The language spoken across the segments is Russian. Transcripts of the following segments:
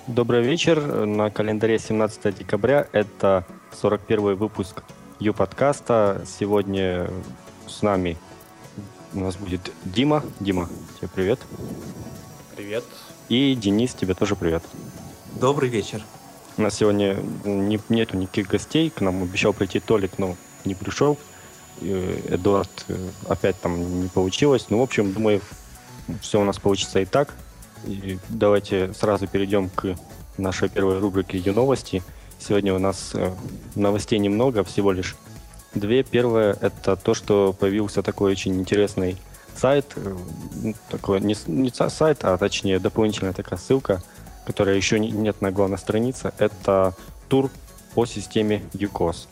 Добрый вечер. На календаре 17 декабря. Это 41 выпуск Ю-подкаста. Сегодня с нами у нас будет Дима. Дима, тебе привет. Привет. И Денис, тебе тоже привет. Добрый вечер. У нас сегодня нету никаких гостей. К нам обещал прийти Толик, но не пришел. Эдуард опять там не получилось. Ну, в общем, думаю, все у нас получится и так. И давайте сразу перейдем к нашей первой рубрике «Ю-новости». Сегодня у нас новостей немного, всего лишь две. Первое – это то, что появился такой очень интересный сайт. Такой не сайт, а точнее дополнительная такая ссылка, которая еще нет на главной странице. Это тур по системе UCOS.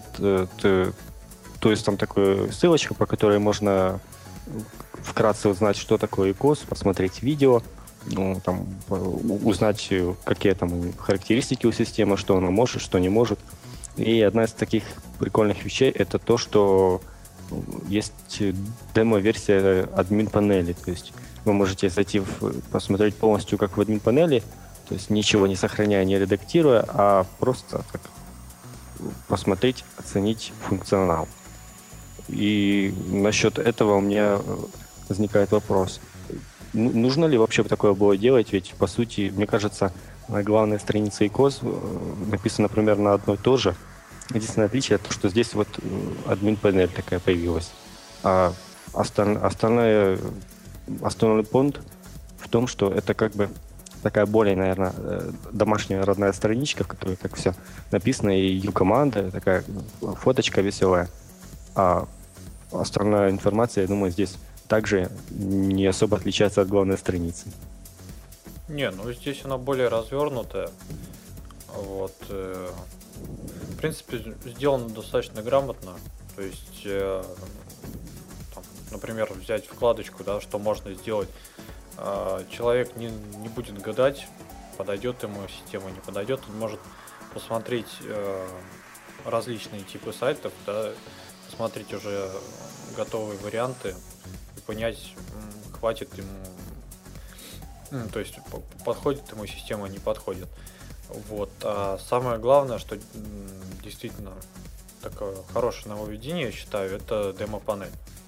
То есть там такая ссылочка, по которой можно вкратце узнать, что такое UCOS, посмотреть видео, там, узнать, какие там характеристики у системы, что она может, что не может. И одна из таких прикольных вещей — это то, что есть демо-версия админ-панели. То есть вы можете зайти, посмотреть полностью как в админ-панели, то есть ничего не сохраняя, не редактируя, а просто так посмотреть, оценить функционал. И насчет этого у меня возникает вопрос. Нужно ли вообще такое было делать? Ведь, по сути, мне кажется, на главной странице UCOS написано примерно одно и то же. Единственное отличие — то, что здесь вот админ-панель такая появилась. А основной пункт в том, что это как бы такая более, наверное, домашняя родная страничка, в которой как все написано, и U-команда, такая фоточка веселая. А остальная информация, я думаю, здесь также не особо отличается от главной страницы. Не, ну здесь она более развернутая. Вот. В принципе, сделано достаточно грамотно. То есть, там, например, взять вкладочку, да, что можно сделать. Человек не будет гадать, подойдет ему система, не подойдет. Он может посмотреть различные типы сайтов, да, посмотреть уже готовые варианты, понять, хватит ему, то есть подходит ему система, не подходит. Вот. А самое главное, что действительно такое хорошее нововведение, я считаю, это демо-панель.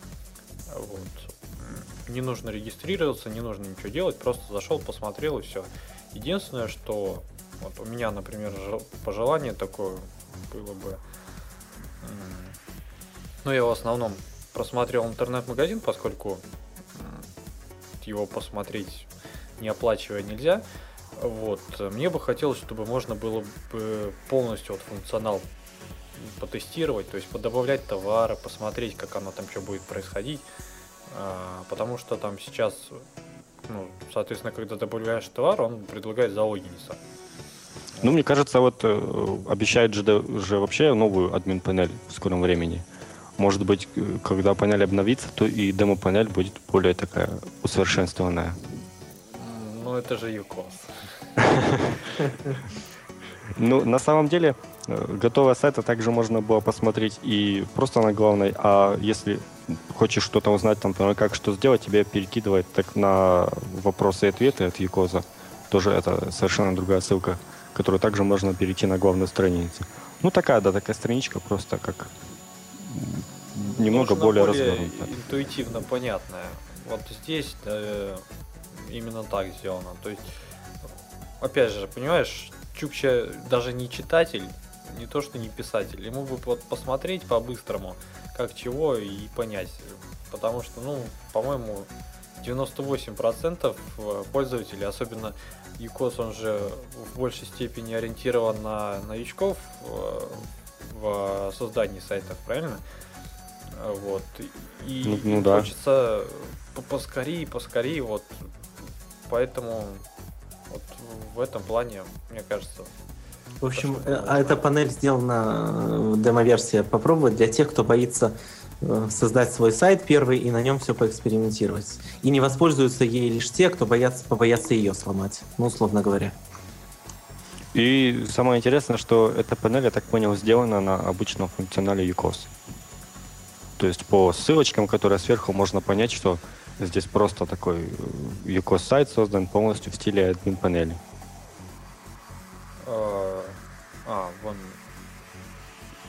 Вот. Не нужно регистрироваться, не нужно ничего делать, просто зашел, посмотрел и все. Единственное, что вот у меня, например, пожелание такое было бы, я в основном просмотрел интернет-магазин, поскольку его посмотреть не оплачивая нельзя. Вот. Мне бы хотелось, чтобы можно было бы полностью функционал потестировать, то есть подобавлять товары, посмотреть, как оно там что будет происходить. Потому что там сейчас, соответственно, когда добавляешь товар, он предлагает залогиниться. Ну, мне кажется, вот обещает же вообще новую админ-панель в скором времени. Может быть, когда панель обновится, то и демо-панель будет более такая усовершенствованная. Ну, это же UCOS. Ну, на самом деле, готовые сайты также можно было посмотреть и просто на главной, а если хочешь что-то узнать, там, как что сделать, тебе перекидывает так на вопросы и ответы от UCOS. Тоже это совершенно другая ссылка, которую также можно перейти на главную страницу. Ну, такая страничка, просто как немного более развернутая. Интуитивно понятная. Вот здесь именно так сделано. То есть, опять же, понимаешь, Чукча даже не читатель, не то что не писатель. Ему бы вот посмотреть по-быстрому, как чего, и понять. Потому что, по-моему, 98% пользователей, особенно UCOS, он же в большей степени ориентирован на новичков в создании сайтов, правильно? Вот. И да. Хочется поскорее, вот. Поэтому вот в этом плане, мне кажется... В общем, эта панель сделана, демо-версия, попробовать для тех, кто боится создать свой сайт первый и на нем все поэкспериментировать. И не воспользуются ей лишь те, кто побоятся ее сломать, условно говоря. И самое интересное, что эта панель, я так понял, сделана на обычном функционале UCOS. То есть по ссылочкам, которые сверху, можно понять, что здесь просто такой UCOS сайт создан полностью в стиле админ-панели.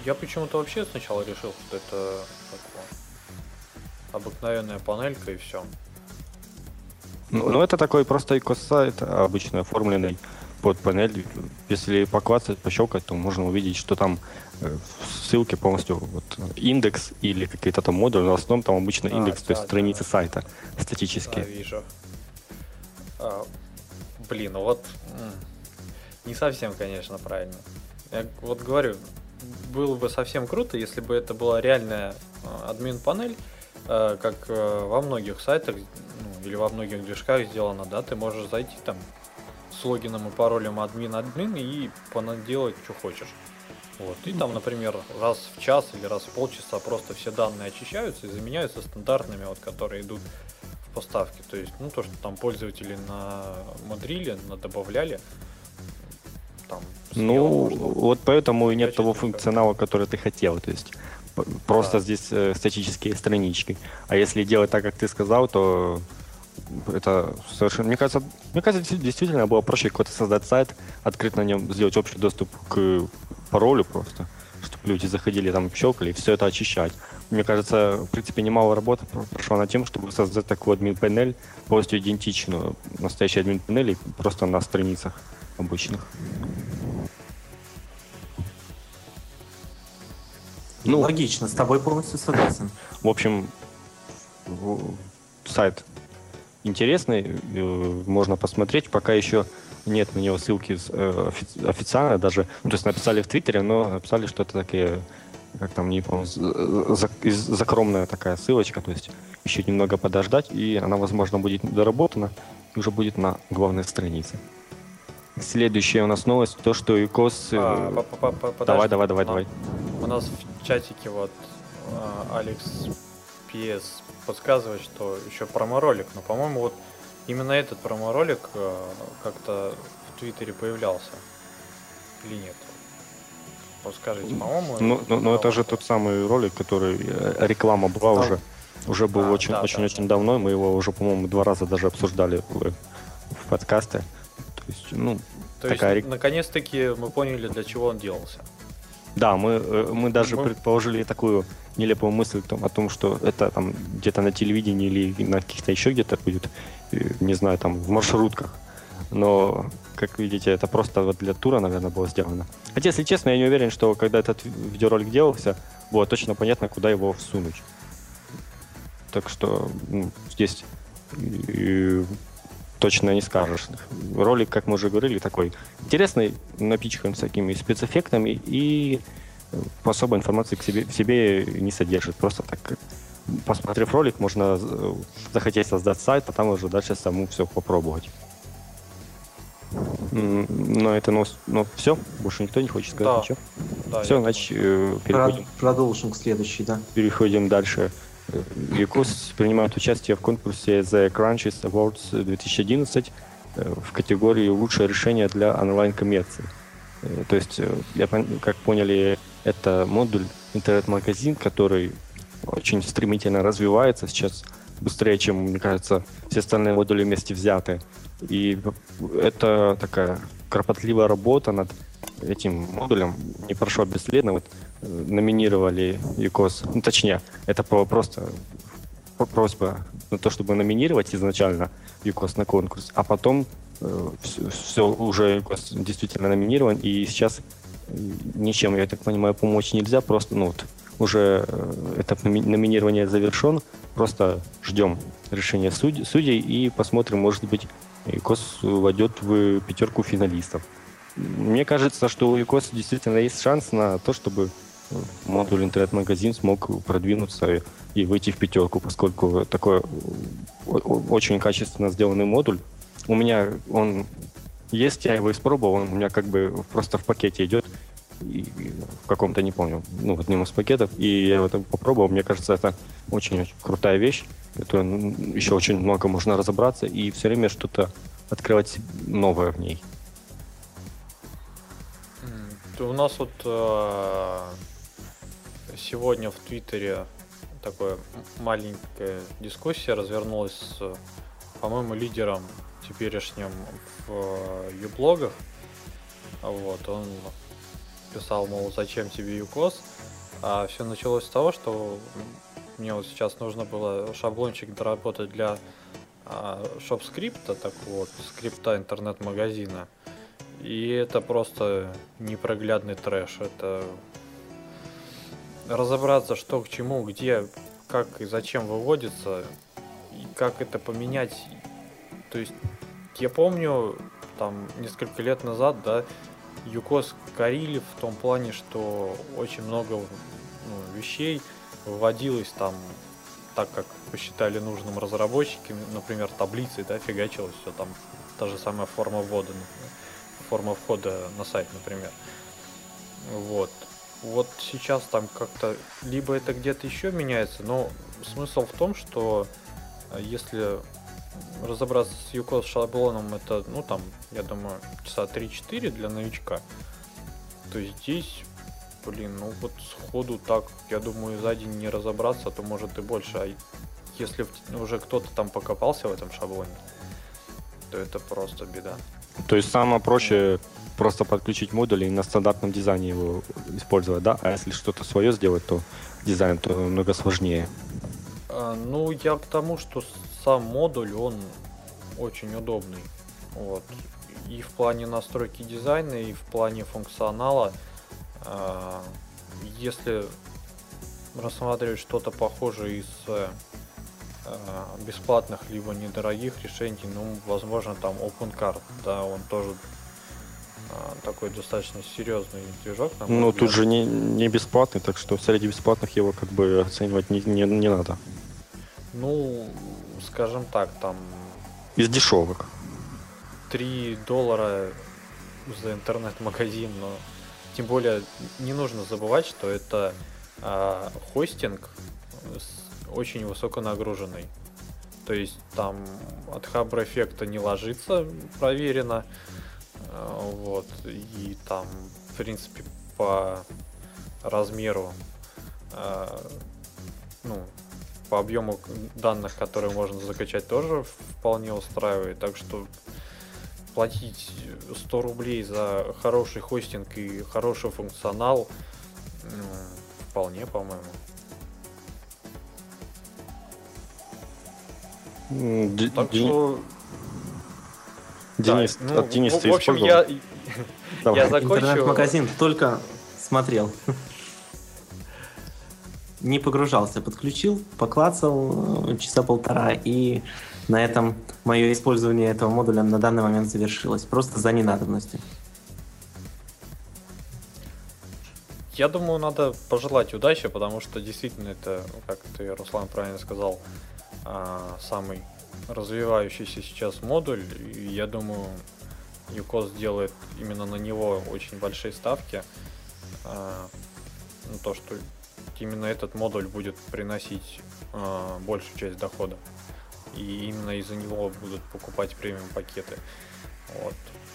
Я почему-то вообще сначала решил, что это обыкновенная панелька и все. Ну, это такой просто icos-сайт, обычно оформленный под панель. Если поклацать, пощелкать, то можно увидеть, что там в ссылке полностью вот, индекс или какие-то там модули. Но в основном там обычно индекс, то есть страницы сайта статические. Да, вижу. Блин, ну вот не совсем, конечно, правильно. Я вот говорю, было бы совсем круто, если бы это была реальная админ-панель, как во многих сайтах или во многих движках сделано, да, ты можешь зайти там с логином и паролем админ и понаделать, что хочешь. Вот. И там, например, раз в час или раз в полчаса просто все данные очищаются и заменяются стандартными, вот, которые идут в поставке. То есть, то, что там пользователи намудрили, надобавляли. Там, вот поэтому и нет того функционала, который ты хотел. То есть просто здесь статические странички. А если делать так, как ты сказал, то это совершенно... Мне кажется, действительно было проще какой-то создать сайт, открыть на нем, сделать общий доступ к паролю просто, чтобы люди заходили там, щелкали, и все это очищать. Мне кажется, в принципе, немало работы прошло над тем, чтобы создать такую админ-панель, полностью идентичную настоящей админ-панели, просто на страницах обычных. Логично, с тобой полностью согласен. В общем, сайт интересный, можно посмотреть, пока еще нет на него ссылки официально даже, то есть написали в Твиттере, но написали, что это такие, как там, не помню, закромная такая ссылочка, то есть еще немного подождать, и она, возможно, будет доработана и уже будет на главной странице. Следующая у нас новость, то, что icos... Давай. У нас в чатике вот Алекс PS подсказывает, что еще промо-ролик, но, по-моему, вот именно этот промо-ролик как-то в Твиттере появлялся. Или нет? Вот скажите, по-моему... Ну, это же тот самый ролик, который реклама была уже был очень давно, мы его уже, по-моему, 2 раза даже обсуждали в подкасте. То есть, наконец-таки мы поняли, для чего он делался. Да, мы даже предположили такую нелепую мысль о том, что это там где-то на телевидении или на каких-то еще где-то будет, не знаю, там в маршрутках. Но, как видите, это просто вот для тура, наверное, было сделано. Хотя, если честно, я не уверен, что когда этот видеоролик делался, было точно понятно, куда его всунуть. Так что здесь точно не скажешь. Ролик, как мы уже говорили, такой интересный, напичкан всякими спецэффектами и особой информации в себе не содержит. Просто так, посмотрев ролик, можно захотеть создать сайт, а там уже дальше саму все попробовать. Но это все, больше никто не хочет сказать ничего. Да, все, значит, продолжим к следующей, да. Переходим дальше. icos принимает участие в конкурсе The Crunchies Awards 2011 в категории «Лучшее решение для онлайн-коммерции». То есть, как поняли, это модуль интернет-магазин, который очень стремительно развивается сейчас, быстрее, чем, мне кажется, все остальные модули вместе взятые. И это такая кропотливая работа над этим модулем не прошло бесследно. Вот номинировали icos, точнее, это просто просьба на то, чтобы номинировать изначально icos на конкурс, а потом все уже icos действительно номинирован, и сейчас ничем, я так понимаю, помочь нельзя, просто уже этап номинирования завершен, просто ждем решения судей и посмотрим, может быть, icos войдет в 5 финалистов. Мне кажется, что у icos действительно есть шанс на то, чтобы модуль интернет-магазин смог продвинуться и выйти в 5, поскольку такой очень качественно сделанный модуль. У меня он есть, я его испробовал, он у меня как бы просто в пакете идет, и в каком-то, не помню, в одном из пакетов, и я его там попробовал. Мне кажется, это очень крутая вещь, которая еще очень много можно разобраться и все время что-то открывать новое в ней. У нас вот сегодня в Твиттере такая маленькая дискуссия развернулась с, по-моему, лидером теперешним в юблогах. Вот, он писал, мол, зачем тебе UCOS, а все началось с того, что мне вот сейчас нужно было шаблончик доработать для шоп-скрипта, так вот, скрипта интернет-магазина. И это просто непроглядный трэш. Это разобраться, что к чему, где, как и зачем выводится, и как это поменять. То есть, я помню, там, несколько лет назад, да, UCOS корили в том плане, что очень много вещей выводилось там так, как посчитали нужным разработчики, например, таблицы, да, фигачилось все там, та же самая форма ввода, форма входа на сайт, например. Вот сейчас там как-то либо это где-то еще меняется, но смысл в том, что если разобраться с UCOS шаблоном, это, ну там, я думаю, часа 3-4 для новичка, то здесь, ну вот сходу так, я думаю, за день не разобраться, то может и больше. А если уже кто-то там покопался в этом шаблоне, то это просто беда. То есть самое проще просто подключить модуль и на стандартном дизайне его использовать, да? А если что-то свое сделать, то дизайн то намного сложнее. Ну, я к тому, что сам модуль, он очень удобный. Вот. И в плане настройки дизайна, и в плане функционала. Если рассматривать что-то похожее из бесплатных либо недорогих решений, ну, возможно, там OpenCart, да, он тоже такой достаточно серьезный движок. Ну, тут же не бесплатный, так что среди бесплатных его как бы оценивать не надо. Ну, скажем так, там... Из дешевок. $3 за интернет-магазин, но тем более не нужно забывать, что это хостинг очень высоконагруженный. То есть там от Хабр эффекта не ложится, проверено. Вот. И там, в принципе, по размеру, по объему данных, которые можно закачать, тоже вполне устраивает. Так что платить 100 рублей за хороший хостинг и хороший функционал вполне, по-моему. Так что... Денис, да, Денис, в общем, я закончу. Интернет-магазин только смотрел. Не погружался, подключил, поклацал часа полтора, и на этом мое использование этого модуля на данный момент завершилось. Просто за ненадобностью. Я думаю, надо пожелать удачи, потому что действительно это, как ты, Руслан, правильно сказал, самый развивающийся сейчас модуль. И я думаю, UCOS делает именно на него очень большие ставки. То, что именно этот модуль будет приносить большую часть дохода. И именно из-за него будут покупать премиум пакеты. Вот.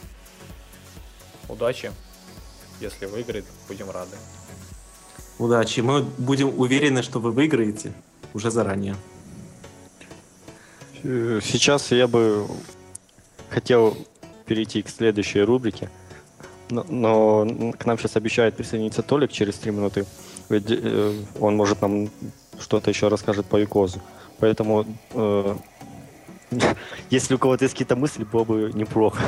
Удачи. Если выиграет, будем рады. Удачи. Мы будем уверены, что вы выиграете уже заранее. Сейчас я бы хотел перейти к следующей рубрике, но к нам сейчас обещает присоединиться Толик через 3 минуты. Ведь он, может, нам что-то еще расскажет по UCOS. Поэтому, если у кого-то есть какие-то мысли, было бы неплохо.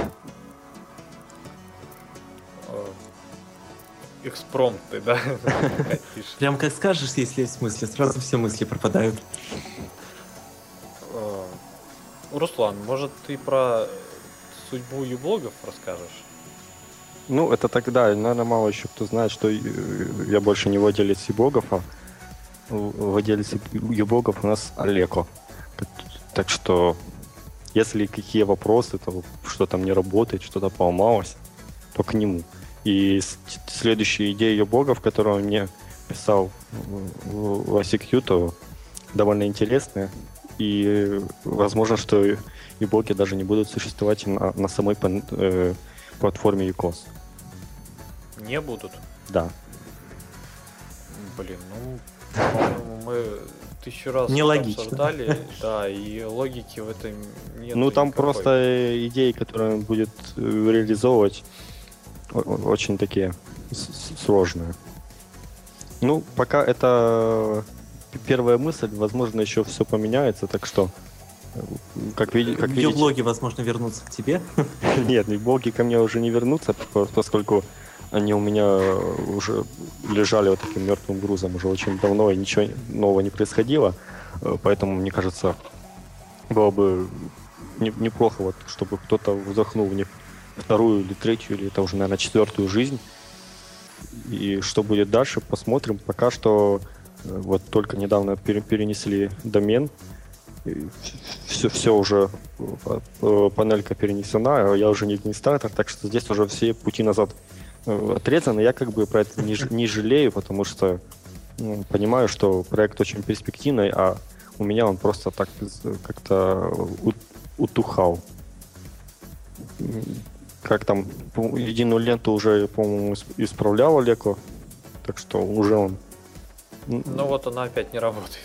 Экспромты, да? Прям как скажешь, если есть мысли, сразу все мысли пропадают. Руслан, может, ты про судьбу юблогов расскажешь? Ну, это тогда, наверное, мало еще кто знает, что я больше не владелец юблогов, а владелец юблогов у нас Олеко. Так что, если какие вопросы, то что там не работает, что-то поломалось, то к нему. И следующие идеи юблогов, которые он мне писал в ICQ, то довольно интересные. И возможно, что юблоги даже не будут существовать на самой платформе UCOS. Не будут? Да. Блин, по-моему, мы 1000 раз обсуждали, да, и логики в этом нет. Ну, там никакой. Просто идеи, которые он будет реализовывать, очень такие сложные. Ну, пока это первая мысль, возможно, еще все поменяется, так что, как видите... Видеоблоги, возможно, вернутся к тебе? Нет, блоги ко мне уже не вернутся, поскольку они у меня уже лежали вот таким мертвым грузом уже очень давно, и ничего нового не происходило. Поэтому, мне кажется, было бы неплохо, вот, чтобы кто-то вдохнул в них вторую или третью, или это уже, наверное, четвертую жизнь. И что будет дальше, посмотрим. Пока что вот только недавно перенесли домен. Все уже, панелька перенесена, я уже не администратор, так что здесь уже все пути назад отрезаны. Я как бы про это не жалею, потому что понимаю, что проект очень перспективный, а у меня он просто так как-то утухал. Как там, единую ленту уже, по-моему, исправлял Олеко, так что уже он... Ну вот она опять не работает.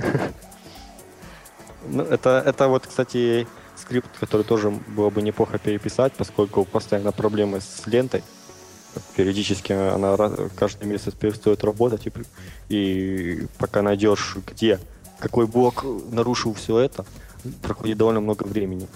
Ну, это вот, кстати, скрипт, который тоже было бы неплохо переписать, поскольку постоянно проблемы с лентой. Периодически она каждый месяц перестает работать, и пока найдешь, какой блок нарушил все это, проходит довольно много времени.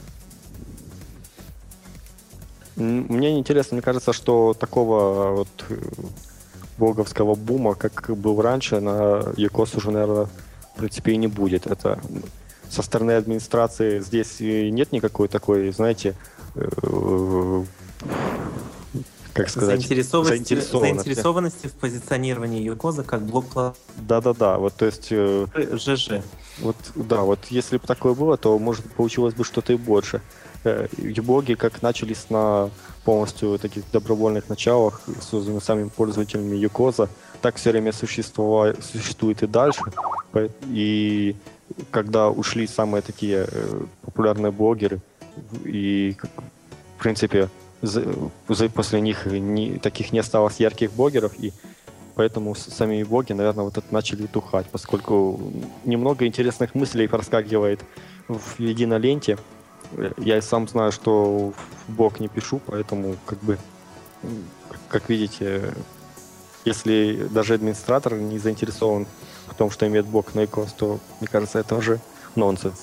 Мне интересно, мне кажется, что такого вот блоговского бума, как был раньше, на Юкос уже, наверное, в принципе, и не будет. Это со стороны администрации здесь нет никакой такой, знаете, как сказать, заинтересованности в позиционировании Юкоза как блок. Да-да-да, вот то есть... ЖЖ. Вот, да, вот если бы такое было, то, может, получилось бы что-то и больше. Юблоги как начались на полностью таких добровольных началах, созданы самими пользователями Юкоза, так все время существует и дальше. И когда ушли самые такие популярные блогеры, и, в принципе, после них таких не осталось ярких блогеров, и поэтому сами блоги, наверное, вот это начали тухать, поскольку немного интересных мыслей проскакивает в единой ленте. Я и сам знаю, что в блог не пишу, поэтому, как видите, если даже администратор не заинтересован в том, что имеет блог на Юкос, то, мне кажется, это уже нонсенс.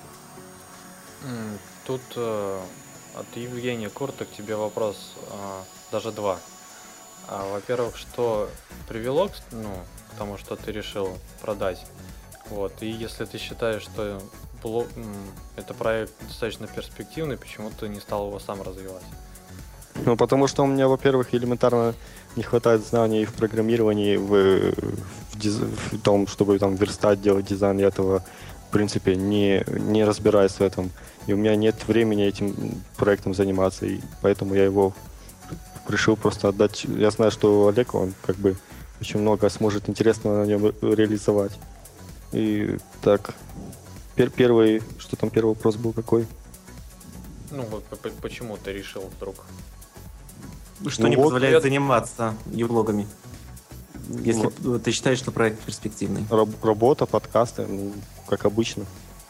Тут от Евгения Курта к тебе вопрос, даже два. Во-первых, что привело к тому, что ты решил продать? Вот. И если ты считаешь, что это проект достаточно перспективный, почему ты не стал его сам развивать? Ну, потому что у меня, во-первых, элементарно не хватает знаний в программировании, в том, чтобы там верстать, делать дизайн. Я этого, в принципе, не разбираюсь в этом. И у меня нет времени этим проектом заниматься, и поэтому я его решил просто отдать. Я знаю, что Олег, он как бы очень много сможет интересного на нем реализовать. И так, первый вопрос был какой? Ну, вот почему ты решил вдруг? Что не позволяет заниматься юблогами, если ты считаешь, что проект перспективный? Работа, подкасты, как обычно.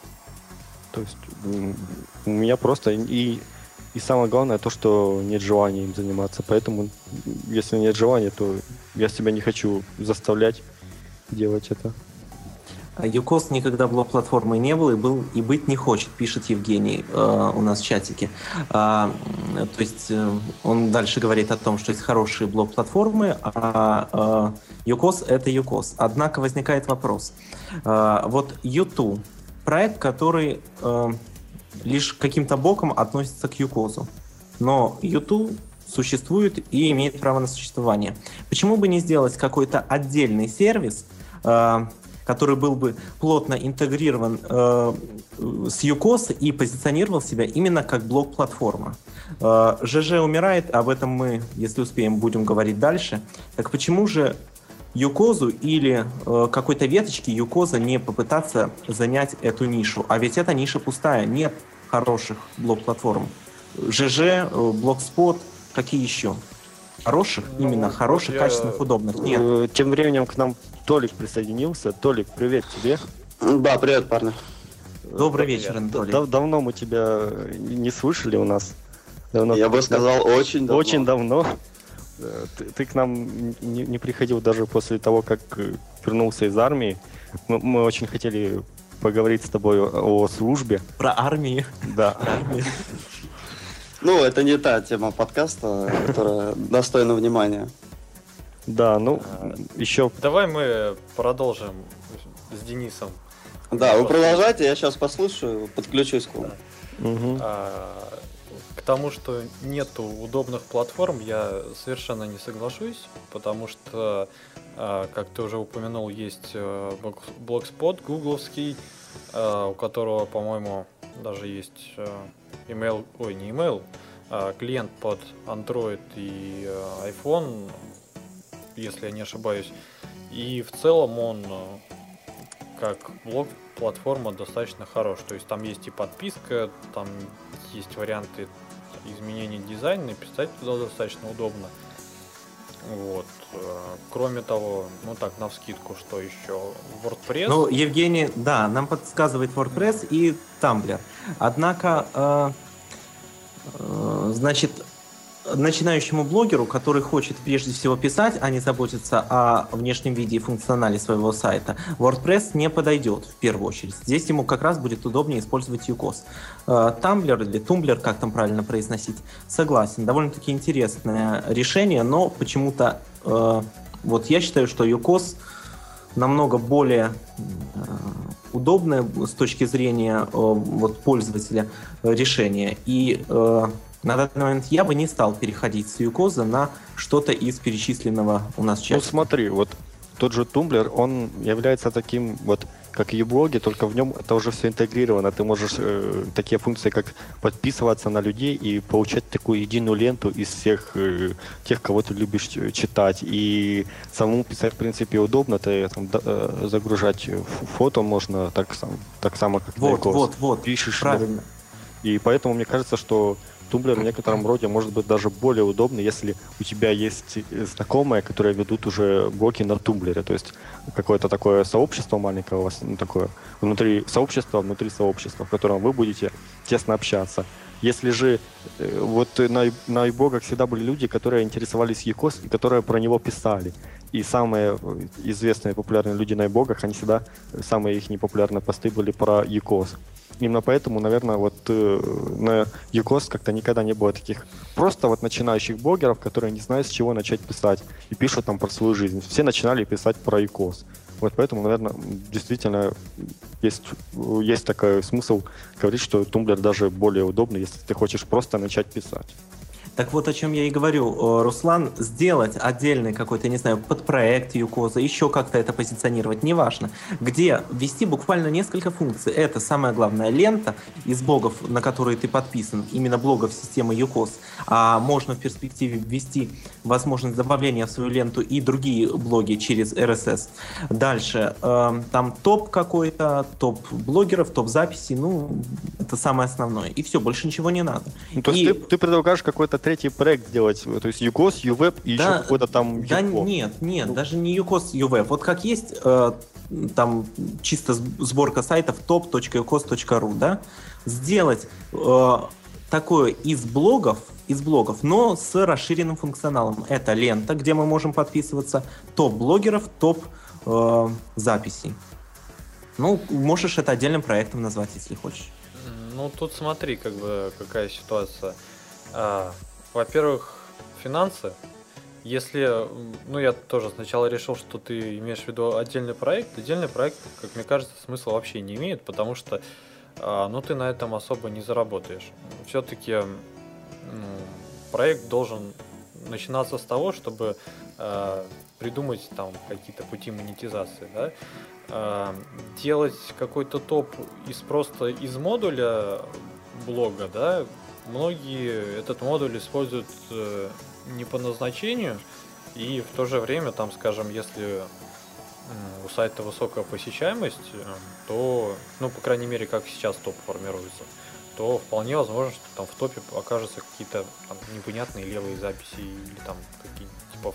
То есть у меня просто и самое главное то, что нет желания им заниматься. Поэтому, если нет желания, то я себя не хочу заставлять делать это. Юкос никогда блок-платформой не был и быть не хочет, пишет Евгений у нас в чатике. То есть он дальше говорит о том, что есть хорошие блок-платформы, а Юкос — это Юкос. Однако возникает вопрос. Вот YouTube — проект, который лишь каким-то боком относится к Юкозу. Но YouTube существует и имеет право на существование. Почему бы не сделать какой-то отдельный сервис, который был бы плотно интегрирован с Юкос и позиционировал себя именно как блок-платформа? ЖЖ умирает, об этом мы, если успеем, будем говорить дальше. Так почему же Юкозу или какой-то веточке Юкоза не попытаться занять эту нишу? А ведь эта ниша пустая, нет хороших блок-платформ. ЖЖ, Блогспот, какие еще? Хороших, именно хороших, качественных, удобных. Нет. Тем временем к нам Толик присоединился. Толик, привет тебе. Да, привет, парни. Добрый вечер, Анатолий. Давно мы тебя не слышали у нас. Давно. Я бы сказал, очень давно. Очень давно. Ты к нам не приходил даже после того, как вернулся из армии. Мы очень хотели поговорить с тобой о службе. Про армию. Да. Ну, это не та тема подкаста, которая достойна внимания. Да, ну, еще... Давай мы продолжим с Денисом. Да, вы продолжайте, я сейчас послушаю, подключусь к вам. Угу. К тому, что нету удобных платформ, я совершенно не соглашусь, потому что, как ты уже упомянул, есть Blogspot гугловский, у которого, по-моему, даже есть email, не email, клиент под Android и iPhone, если я не ошибаюсь. И в целом он, как блог-платформа, достаточно хорош. То есть там есть и подписка, там есть варианты изменения дизайна, и писать туда достаточно удобно. Вот. Кроме того, ну так, навскидку, что еще? WordPress. Ну, Евгений, да, нам подсказывает WordPress и Tumblr. Однако, значит, начинающему блогеру, который хочет прежде всего писать, а не заботиться о внешнем виде и функционале своего сайта, WordPress не подойдет в первую очередь. Здесь ему как раз будет удобнее использовать UCOS. Tumblr или Tumblr, как там правильно произносить, согласен. Довольно-таки интересное решение, но почему-то вот я считаю, что UCOS намного более удобное с точки зрения вот, пользователя решение. И на данный момент я бы не стал переходить с UCOS на что-то из перечисленного у нас чата. Ну смотри, вот тот же Tumblr, он является таким вот, как и блоги, только в нем это уже все интегрировано. Ты можешь такие функции, как подписываться на людей и получать такую единую ленту из всех тех, кого ты любишь читать. И самому писать, в принципе, удобно. Ты там, загружать фото можно так само, как вот, на UCOS. Вот, пишешь, правильно. И поэтому мне кажется, что Tumblr в некотором роде может быть даже более удобный, если у тебя есть знакомые, которые ведут уже блоги на Tumblr. То есть какое-то такое сообщество маленькое у вас, ну, такое внутри сообщества, в котором вы будете тесно общаться. Если же вот на iBlog'ах всегда были люди, которые интересовались UCOS и которые про него писали. И самые известные популярные люди на iBlog'ах, они всегда, самые их непопулярные посты были про UCOS. Именно поэтому, наверное, вот на UCOS как-то никогда не было таких просто вот начинающих блогеров, которые не знают, с чего начать писать и пишут там про свою жизнь. Все начинали писать про UCOS. Вот поэтому, наверное, действительно есть такой смысл говорить, что Tumblr даже более удобный, если ты хочешь просто начать писать. Так вот, о чем я и говорю, Руслан, сделать отдельный какой-то, не знаю, подпроект UCOS, еще как-то это позиционировать, неважно, где ввести буквально несколько функций. Это самое главное, лента из блогов, на которые ты подписан, именно блогов системы UCOS, а можно в перспективе ввести возможность добавления в свою ленту и другие блоги через RSS. Дальше, там топ какой-то, топ блогеров, топ записей, ну, это самое основное. И все, больше ничего не надо. Ну, то есть ты предлагаешь какой-то третий проект сделать, то есть UCOS, UWeb и еще какой-то там Да нет, даже не UCOS, UWeb. Вот как есть там чисто сборка сайтов top.ucos.ru, да? Сделать такое из блогов, но с расширенным функционалом. Это лента, где мы можем подписываться, топ блогеров, топ записей. Ну, можешь это отдельным проектом назвать, если хочешь. Ну, тут смотри, как бы, какая ситуация. Во-первых, финансы. Если, ну, я тоже сначала решил, что ты имеешь в виду отдельный проект, как мне кажется, смысла вообще не имеет, потому что, ну, ты на этом особо не заработаешь. Все-таки проект должен начинаться с того, чтобы придумать там какие-то пути монетизации, да? Делать какой-то топ просто из модуля блога, да? Многие этот модуль используют не по назначению, и в то же время, там, скажем, если у сайта высокая посещаемость, то, ну, по крайней мере, как сейчас топ формируется, то вполне возможно, что там в топе окажутся какие-то там непонятные левые записи или там какие-то типа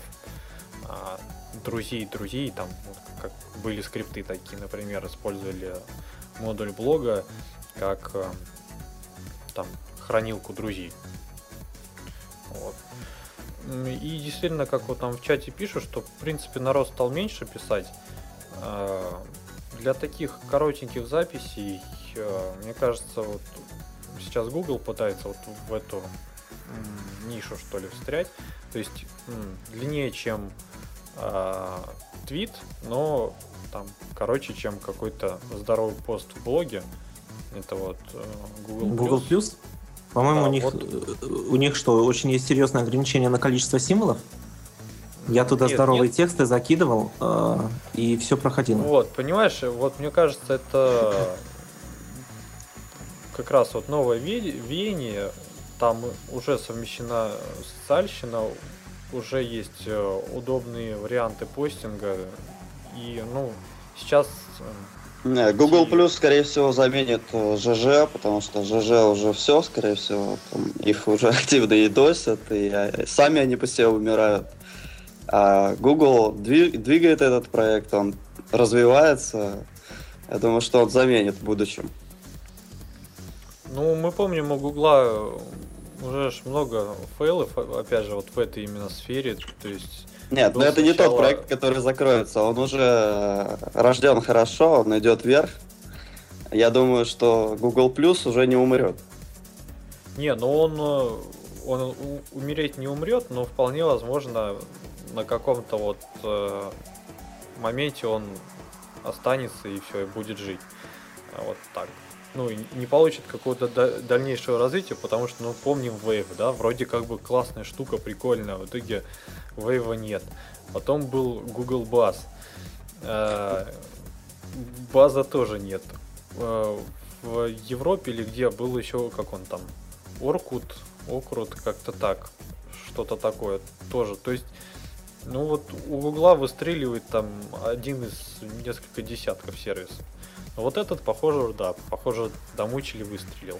друзей, там, вот, как были скрипты такие, например, использовали модуль блога как там хранилку друзей. Вот. И действительно, как вот там в чате пишут, что в принципе народ стал меньше писать. Для таких коротеньких записей, мне кажется, вот сейчас Google пытается вот в эту нишу, что ли, встрять. То есть длиннее, чем твит, но там короче, чем какой-то здоровый пост в блоге. Это вот Google Plus? По-моему, да, у них что, очень есть серьезное ограничение на количество символов? Я туда здоровые тексты закидывал, и все проходило. Вот, понимаешь, вот мне кажется, это как раз вот новое веяние, там уже совмещена социальщина, уже есть удобные варианты постинга, и, сейчас... Google Plus, скорее всего, заменит ЖЖ, потому что ЖЖ уже все, скорее всего, там, их уже активно и досят, и сами они по себе умирают. А Google двигает этот проект, он развивается. Я думаю, что он заменит в будущем. Мы помним, у Гугла уже много фейлов, опять же, вот в этой именно сфере, то есть... Нет, но это не тот проект, который закроется. Он уже рожден хорошо, он идет вверх. Я думаю, что Google Plus уже не умрет. Не, он умереть не умрет, но вполне возможно на каком-то вот моменте он останется и все, и будет жить. Вот так. И не получит какого-то дальнейшего развития, потому что, помним Wave, да, вроде как бы классная штука, прикольная, в итоге Wave нет. Потом был Google Buzz. База тоже нет. В Европе или где был еще, как он там, Окрут, как-то так, что-то такое тоже. То есть, у Гугла выстреливает там один из несколько десятков сервисов. Но вот этот, похоже, домучили, выстрелил.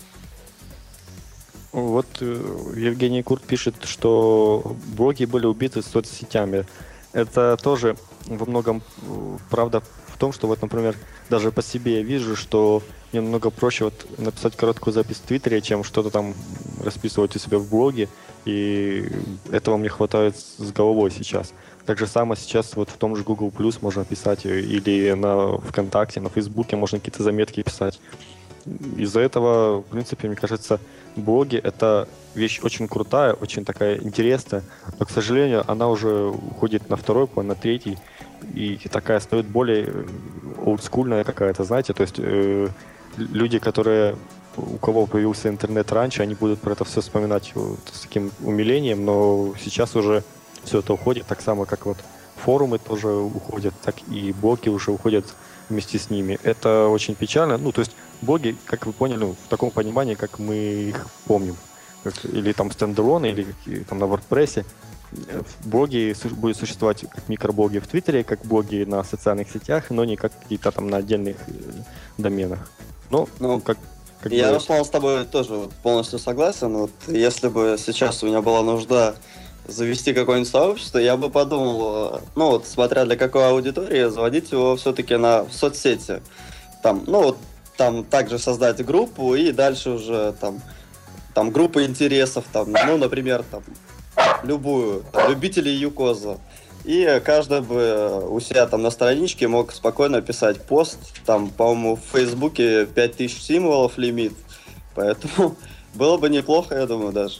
Вот Евгений Курт пишет, что блоги были убиты соцсетями. Это тоже во многом правда в том, что вот, например, даже по себе я вижу, что мне намного проще вот написать короткую запись в Твиттере, чем что-то там расписывать у себя в блоге, и этого мне хватает с головой сейчас. Так же самое сейчас вот в том же Google Plus можно писать, или на ВКонтакте, на Фейсбуке можно какие-то заметки писать. Из-за этого, в принципе, мне кажется, блоги — это вещь очень крутая, очень такая интересная, но, к сожалению, она уже уходит на второй план, на третий, и такая стоит более олдскульная какая-то, знаете, то есть люди, у кого появился интернет раньше, они будут про это все вспоминать вот с таким умилением, но сейчас уже все это уходит, так само, как вот форумы тоже уходят, так и блоги уже уходят вместе с ними. Это очень печально. То есть блоги, как вы поняли, в таком понимании, как мы их помним. Или там стендалоны, или там на WordPress. Блоги будут существовать как микроблоги в Твиттере, как блоги на социальных сетях, но не как какие-то там на отдельных доменах. Я, Руслан, с тобой тоже полностью согласен. Вот если бы сейчас у меня была нужда завести какое-нибудь сообщество, я бы подумал, смотря для какой аудитории, заводить его все-таки в соцсети. Там также создать группу и дальше уже там группа интересов, например, любую, любителей Юкоза. И каждый бы у себя на страничке мог спокойно писать пост. Там, по-моему, в Фейсбуке 5000 символов лимит. Поэтому было бы неплохо, я думаю, даже.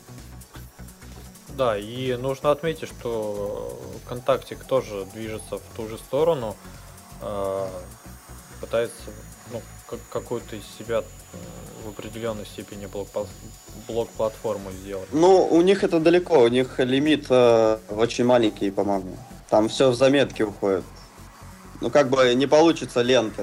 Да, и нужно отметить, что ВКонтактик тоже движется в ту же сторону, пытается какую-то из себя в определенной степени блок-платформу сделать. У них это далеко, у них лимит очень маленький, по-моему. Там все в заметки уходит. Не получится ленты.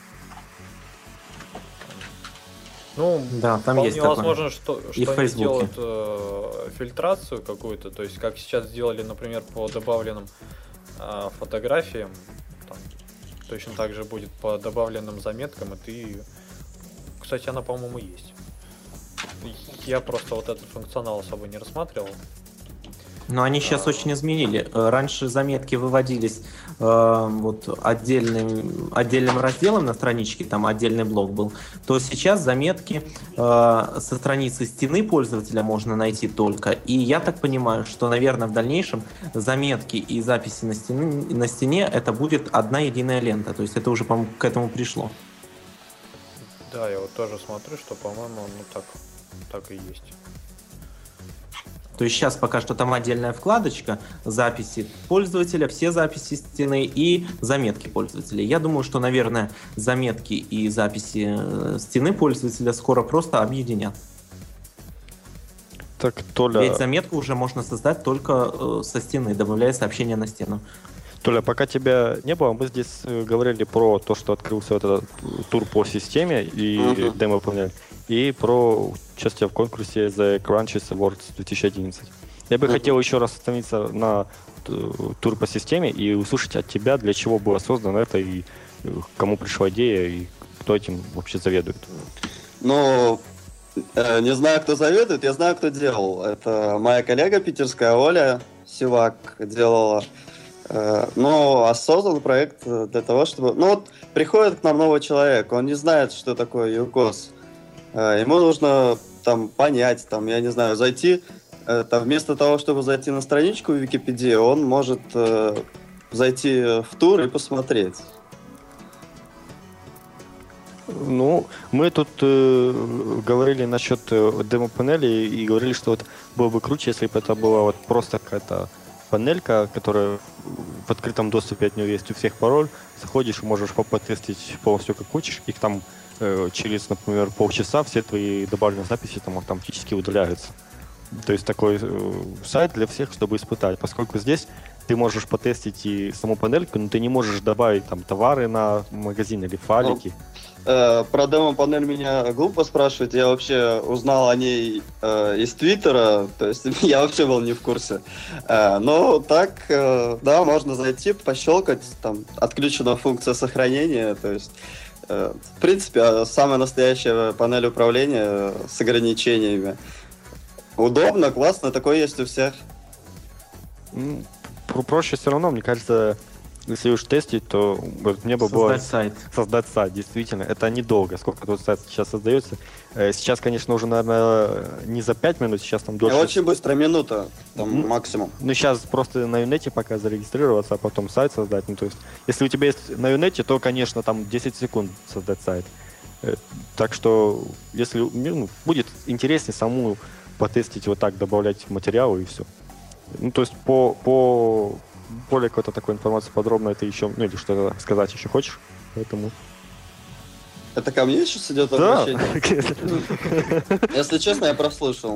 Да, там вполне есть возможно, что и они сделают фильтрацию какую-то, то есть как сейчас сделали, например, по добавленным фотографиям, точно так же будет по добавленным заметкам, и кстати, она, по-моему, есть. Я просто вот этот функционал особо не рассматривал. Но они сейчас очень изменили. Раньше заметки выводились вот отдельным разделом на страничке, там отдельный блок был, то сейчас заметки со страницы стены пользователя можно найти только. И я так понимаю, что, наверное, в дальнейшем заметки и записи на стене это будет одна единая лента. То есть это уже, по-моему, к этому пришло. Да, я вот тоже смотрю, что, по-моему, так и есть. То есть сейчас пока что там отдельная вкладочка, записи пользователя, все записи стены и заметки пользователя. Я думаю, что, наверное, заметки и записи стены пользователя скоро просто объединят. Так, Толя... Ведь заметку уже можно создать только со стены, добавляя сообщение на стену. Толя, пока тебя не было, мы здесь говорили про то, что открылся вот этот тур по системе и демо-панель, и про участие в конкурсе The Crunches Awards 2011. Я бы хотел еще раз остановиться на тур по системе и услышать от тебя, для чего было создано это, и кому пришла идея, и кто этим вообще заведует. Ну, не знаю, кто заведует, я знаю, кто делал. Это моя коллега питерская Оля Сивак делала. Ну, а создан проект для того, чтобы... Ну, вот приходит к нам новый человек, он не знает, что такое UCOS. Ему нужно там понять, там, я не знаю, зайти... Там, вместо того, чтобы зайти на страничку в Википедии, он может зайти в тур и посмотреть. Ну, мы тут говорили насчет демо-панели и говорили, что вот было бы круче, если бы это была вот просто какая-то панелька, которая в открытом доступе от нее есть у всех пароль. Заходишь и можешь потестить полностью как хочешь, и там через, например, полчаса все твои добавленные записи там автоматически удаляются. То есть такой сайт для всех, чтобы испытать, поскольку здесь ты можешь потестить и саму панельку, но ты не можешь добавить там товары на магазин или файлики. Про демо-панель меня глупо спрашивать, я вообще узнал о ней из Твиттера, то есть я вообще был не в курсе. Но так, да, можно зайти, пощелкать, там отключена функция сохранения, то есть в принципе самая настоящая панель управления с ограничениями. Удобно, классно, такое есть у всех. Проще все равно, мне кажется, если уж тестить, то мне бы было... Создать сайт, действительно. Это недолго. Сколько тут сайт сейчас создается. Сейчас, конечно, уже, наверное, не за 5 минут, сейчас там дольше... Очень быстро, минута, там максимум. Ну, сейчас просто на Юнете пока зарегистрироваться, а потом сайт создать. Ну, то есть, если у тебя есть на Юнете, то, конечно, там 10 секунд создать сайт. Так что, если будет интереснее саму потестить, вот так добавлять материалы и все. Ну, то есть по более какой-то такой информации подробно это еще, ну или что-то сказать еще хочешь, поэтому... Это ко мне сейчас идет обращение? Если честно, я прослушал.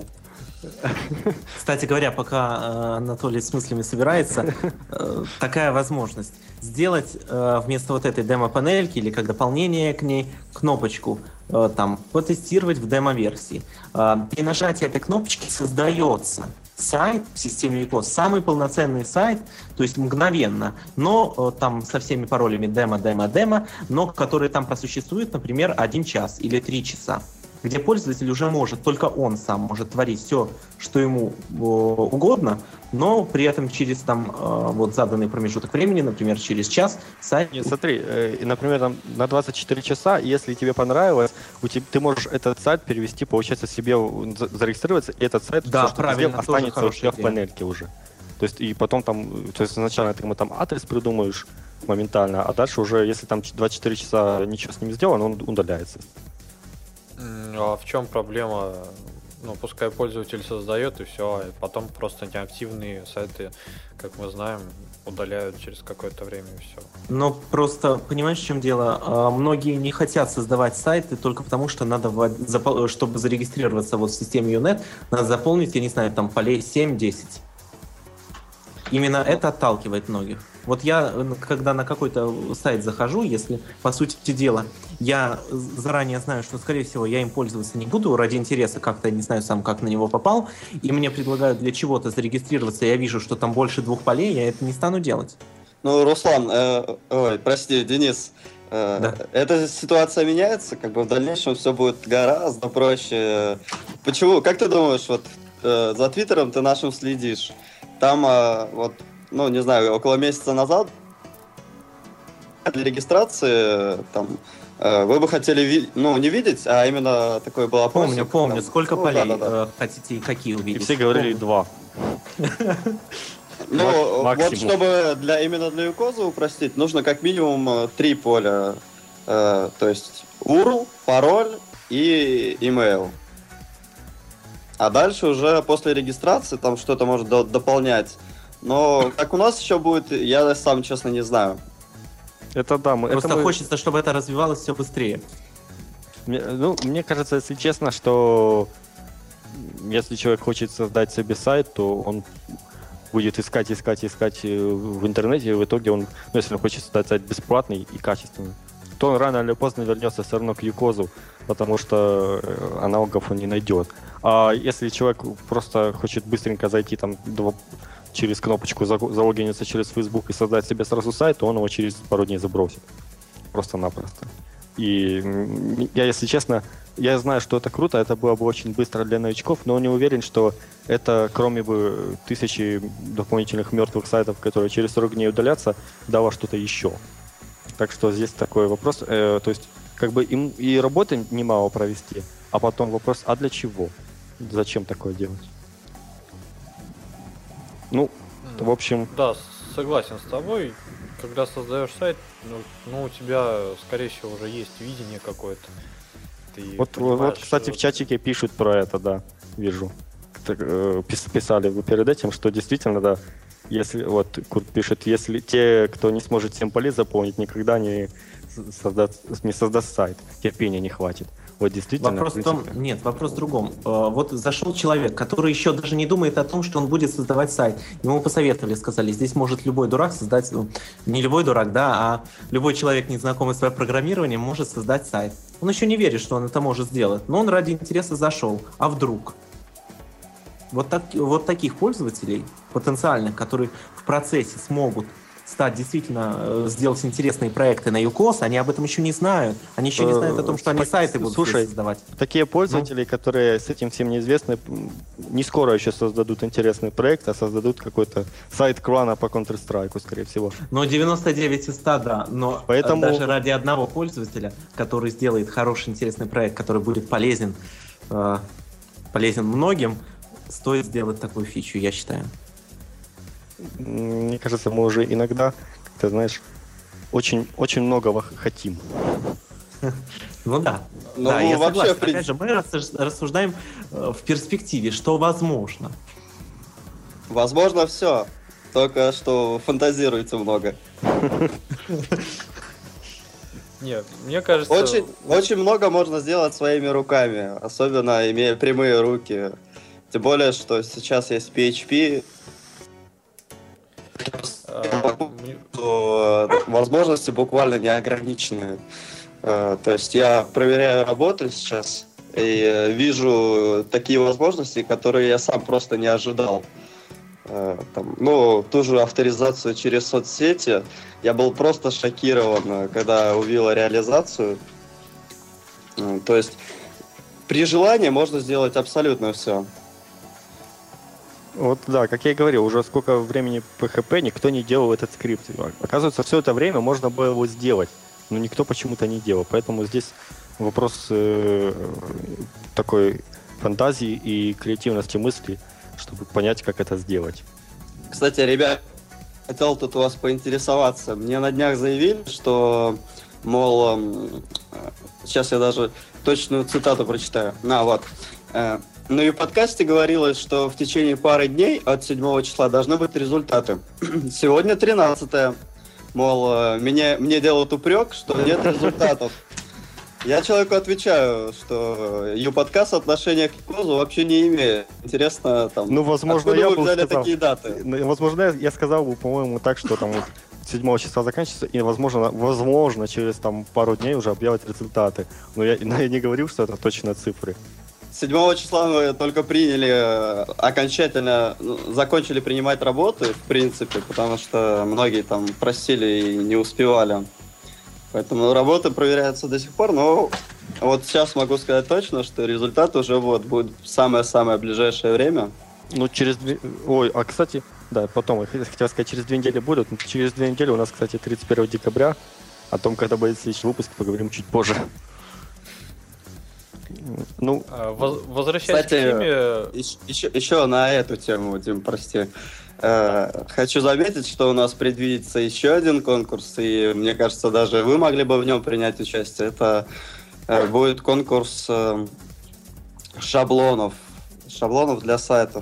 Кстати говоря, пока Анатолий с мыслями собирается, такая возможность сделать вместо вот этой демо-панельки или как дополнение к ней кнопочку там потестировать в демо-версии. При нажатии этой кнопочки создается сайт в системе UCOS, самый полноценный сайт, то есть мгновенно, но там со всеми паролями демо, но который там просуществует, например, 1 час или 3 часа, где пользователь уже может, только он сам может творить все, что ему угодно, но при этом через там вот заданный промежуток времени, например, через час сайт... Нет, смотри, например, там, на 24 часа, если тебе понравилось, ты можешь этот сайт перевести, получается, себе зарегистрироваться, и этот сайт да, правильно, останется у тебя в панельке уже. То есть, и потом там, то есть изначально ты ему там адрес придумаешь моментально, а дальше уже, если там 24 часа ничего с ним сделано, он удаляется. А в чем проблема? Ну, пускай пользователь создает и все, а потом просто неактивные сайты, как мы знаем, удаляют через какое-то время и все. Но просто, понимаешь, в чем дело? Многие не хотят создавать сайты только потому, что надо, чтобы зарегистрироваться вот в системе Unet, надо заполнить, я не знаю, там полей 7-10. Именно это отталкивает многих. Вот я, когда на какой-то сайт захожу, если, по сути дела, я заранее знаю, что, скорее всего, я им пользоваться не буду ради интереса, как-то не знаю сам, как на него попал, и мне предлагают для чего-то зарегистрироваться, я вижу, что там больше 2 полей, я это не стану делать. Ну, Руслан, прости, Денис, да. Эта ситуация меняется, как бы в дальнейшем все будет гораздо проще. Почему? Как ты думаешь, вот за Твиттером ты нашим следишь? там вот, ну, не знаю, около месяца назад для регистрации там вы бы хотели, ну, не видеть, а именно такой был опросик. Помню. Там, сколько полей хотите и какие увидеть? И все говорили 2. Ну, вот чтобы именно для ЮКОЗа упростить, нужно как минимум 3 поля. То есть URL, пароль и email. А дальше уже после регистрации там что-то может дополнять. Но как у нас еще будет, я сам, честно, не знаю. Это да. Просто хочется, чтобы это развивалось все быстрее. Мне кажется, если честно, что если человек хочет создать себе сайт, то он будет искать в интернете, и в итоге он, ну, если он хочет создать сайт бесплатный и качественный, то он рано или поздно вернется все равно к ЮКОЗу, потому что аналогов он не найдет. А если человек просто хочет быстренько зайти там через кнопочку залогиниться через Facebook и создать себе сразу сайт, то он его через пару дней забросит. Просто-напросто. И я, если честно, я знаю, что это круто, это было бы очень быстро для новичков, но не уверен, что это, кроме бы тысячи дополнительных мертвых сайтов, которые через 40 дней удалятся, дало что-то еще. Так что здесь такой вопрос. То есть, как бы им и работы немало провести, а потом вопрос, а для чего? Зачем такое делать? Ну, в общем... Да, согласен с тобой. Когда создаешь сайт, ну у тебя, скорее всего, уже есть видение какое-то. Вот, кстати, в чатике пишут про это, да, вижу. Писали вы перед этим, что действительно, да, если, вот Курт пишет, если те, кто не сможет 7 полей заполнить, никогда не создаст сайт, терпения не хватит. Вот действительно. Вопрос в том, нет, вопрос в другом. Вот зашел человек, который еще даже не думает о том, что он будет создавать сайт. Ему посоветовали, сказали, здесь может любой дурак создать, не любой дурак, да, а любой человек, не знакомый с веб-программированием, может создать сайт. Он еще не верит, что он это может сделать, но он ради интереса зашел. А вдруг? Вот таких пользователей потенциальных, которые в процессе смогут стать действительно, сделать интересные проекты на ЮКОС, они об этом еще не знают. Они еще не знают о том, что они сайты будут создавать. Такие пользователи, которые с этим всем неизвестны, не скоро еще создадут интересный проект, а создадут какой-то сайт клана по Counter-Strike, скорее всего. Но 99 из 100, да. Но поэтому... даже ради одного пользователя, который сделает хороший, интересный проект, который будет полезен многим, стоит сделать такую фичу, я считаю. Мне кажется, мы уже иногда, ты знаешь, очень, очень многого хотим. Ну да. Да, я согласен. Опять же, мы рассуждаем в перспективе, что возможно. Возможно все, только что фантазируется много. Нет, мне кажется... Очень много можно сделать своими руками, особенно имея прямые руки. Тем более, что сейчас есть PHP, возможности буквально неограниченные. То есть я проверяю работу сейчас и вижу такие возможности, которые я сам просто не ожидал. Ту же авторизацию через соцсети. Я был просто шокирован, когда увидел реализацию. То есть при желании можно сделать абсолютно все. Вот да, как я и говорил, уже сколько времени PHP никто не делал этот скрипт. Оказывается, все это время можно было его сделать, но никто почему-то не делал. Поэтому здесь вопрос такой фантазии и креативности мысли, чтобы понять, как это сделать. Кстати, ребят, хотел тут у вас поинтересоваться. Мне на днях заявили, что, мол, сейчас я даже точную цитату прочитаю. Ну и в подкасте говорилось, что в течение пары дней от 7 числа должны быть результаты. Сегодня 13-е. Мол, мне делают упрек, что нет результатов. Я человеку отвечаю, что ю-подкаст отношения к ЮКОЗу вообще не имеет. Интересно, возможно, откуда вы взяли такие даты? Возможно, я сказал бы, по-моему, так, что 7 числа заканчивается, и, возможно, через пару дней уже объявят результаты. Но я не говорил, что это точно цифры. 7 числа мы только приняли, окончательно закончили принимать работы, в принципе, потому что многие там просили и не успевали. Поэтому работы проверяются до сих пор, но вот сейчас могу сказать точно, что результат уже будет в самое-самое ближайшее время. Кстати, Да, потом, я хотел сказать, через 2 недели будут. Через 2 недели у нас, кстати, 31 декабря. О том, когда будет следующий выпуск, поговорим чуть позже. Ну, возвращаясь к теме... Еще на эту тему, Дим, прости. Хочу заметить, что у нас предвидится еще один конкурс, и мне кажется, даже вы могли бы в нем принять участие. Это будет конкурс шаблонов для сайтов.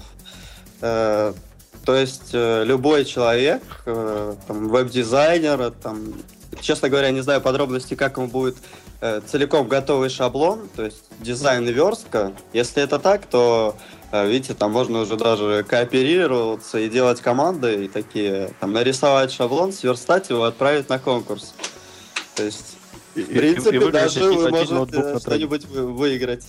То есть любой человек, там, веб-дизайнер, там, честно говоря, не знаю подробностей, как ему будет целиком готовый шаблон, то есть дизайн и верстка. Если это так, то, видите, там можно уже даже кооперироваться и делать команды, и такие, там, нарисовать шаблон, сверстать его, отправить на конкурс. То есть, в принципе, даже вы можете что-нибудь выиграть.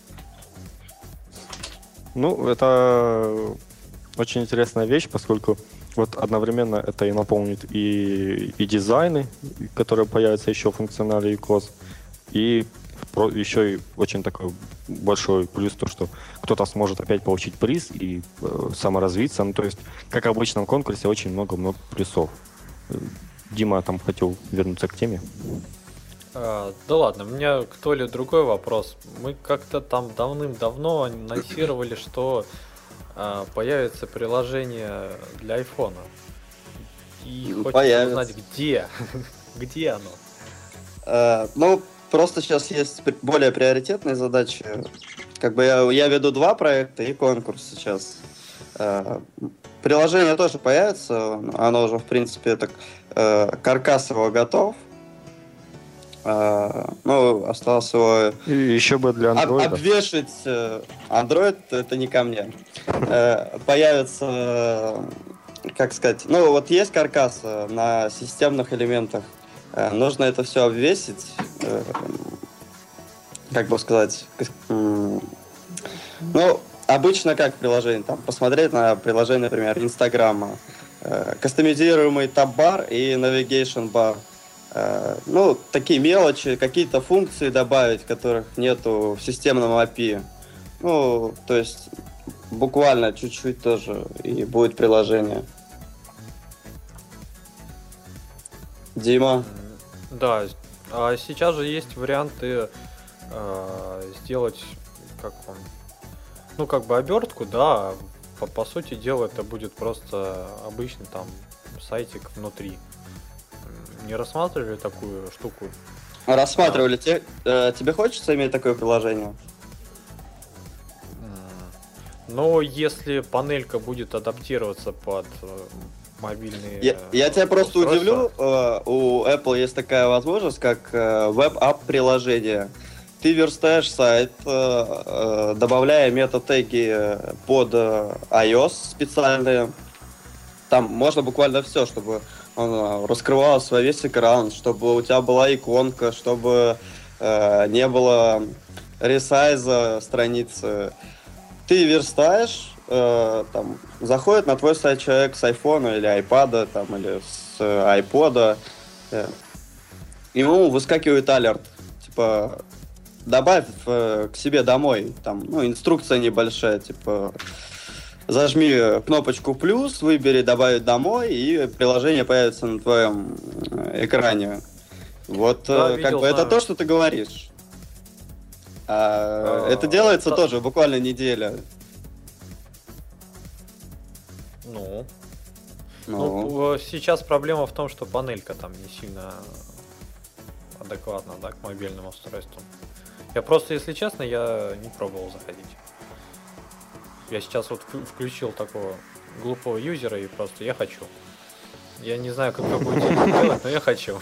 Ну, это очень интересная вещь, поскольку вот одновременно это и наполнит и дизайны, которые появятся еще в функционале icOS, и еще и очень такой большой плюс, то, что кто-то сможет опять получить приз и саморазвиться. Ну, то есть, как в обычном конкурсе, очень много-много плюсов. Дима там хотел вернуться к теме. Да ладно, у меня к Толе другой вопрос. Мы как-то там давным-давно анонсировали, что появится приложение для айфона. И хочется узнать, где? Где оно? Ну, просто сейчас есть более приоритетные задачи. Как бы я веду 2 проекта и конкурс сейчас. Приложение тоже появится. Оно уже, в принципе, так каркас его готов. Ну, осталось его... И еще бы для Android. Обвешать. Android это не ко мне. Появится, как сказать, ну вот есть каркас на системных элементах. Нужно это все обвесить. Как бы сказать... Ну, обычно как приложение? Там, посмотреть на приложение, например, Инстаграма. Кастомизируемый таб-бар и navigation бар. Ну, такие мелочи, какие-то функции добавить, которых нету в системном API. Ну, то есть, буквально чуть-чуть тоже, и будет приложение. Дима? Да, а сейчас же есть варианты сделать, как он, ну, как бы обертку, да, по сути дела это будет просто обычный там сайтик внутри. Не рассматривали такую штуку? Рассматривали. Тебе хочется иметь такое приложение? Но если панелька будет адаптироваться под мобильные... Я тебя просто удивлю. У Apple есть такая возможность, как веб-ап приложение. Ты верстаешь сайт, добавляя мета-теги под iOS специальные. Там можно буквально все, чтобы он раскрывал свой весь экран, чтобы у тебя была иконка, чтобы не было ресайза страницы. Ты верстаешь, там, заходит на твой сайт человек с айфона или айпада, там, или с айпода, ему выскакивает алерт, типа, добавь к себе домой, там, ну, инструкция небольшая, типа, зажми кнопочку плюс, выбери добавить домой, и приложение появится на твоем экране. Вот, да, как видел, бы, это то, что ты говоришь. Это делается тоже буквально неделя. Ну, сейчас проблема в том, что панелька там не сильно адекватна, да, к мобильным устройствам. Я просто, если честно, я не пробовал заходить. Я сейчас вот включил такого глупого юзера и просто я хочу. Я не знаю, как вы будете это делать, но я хочу.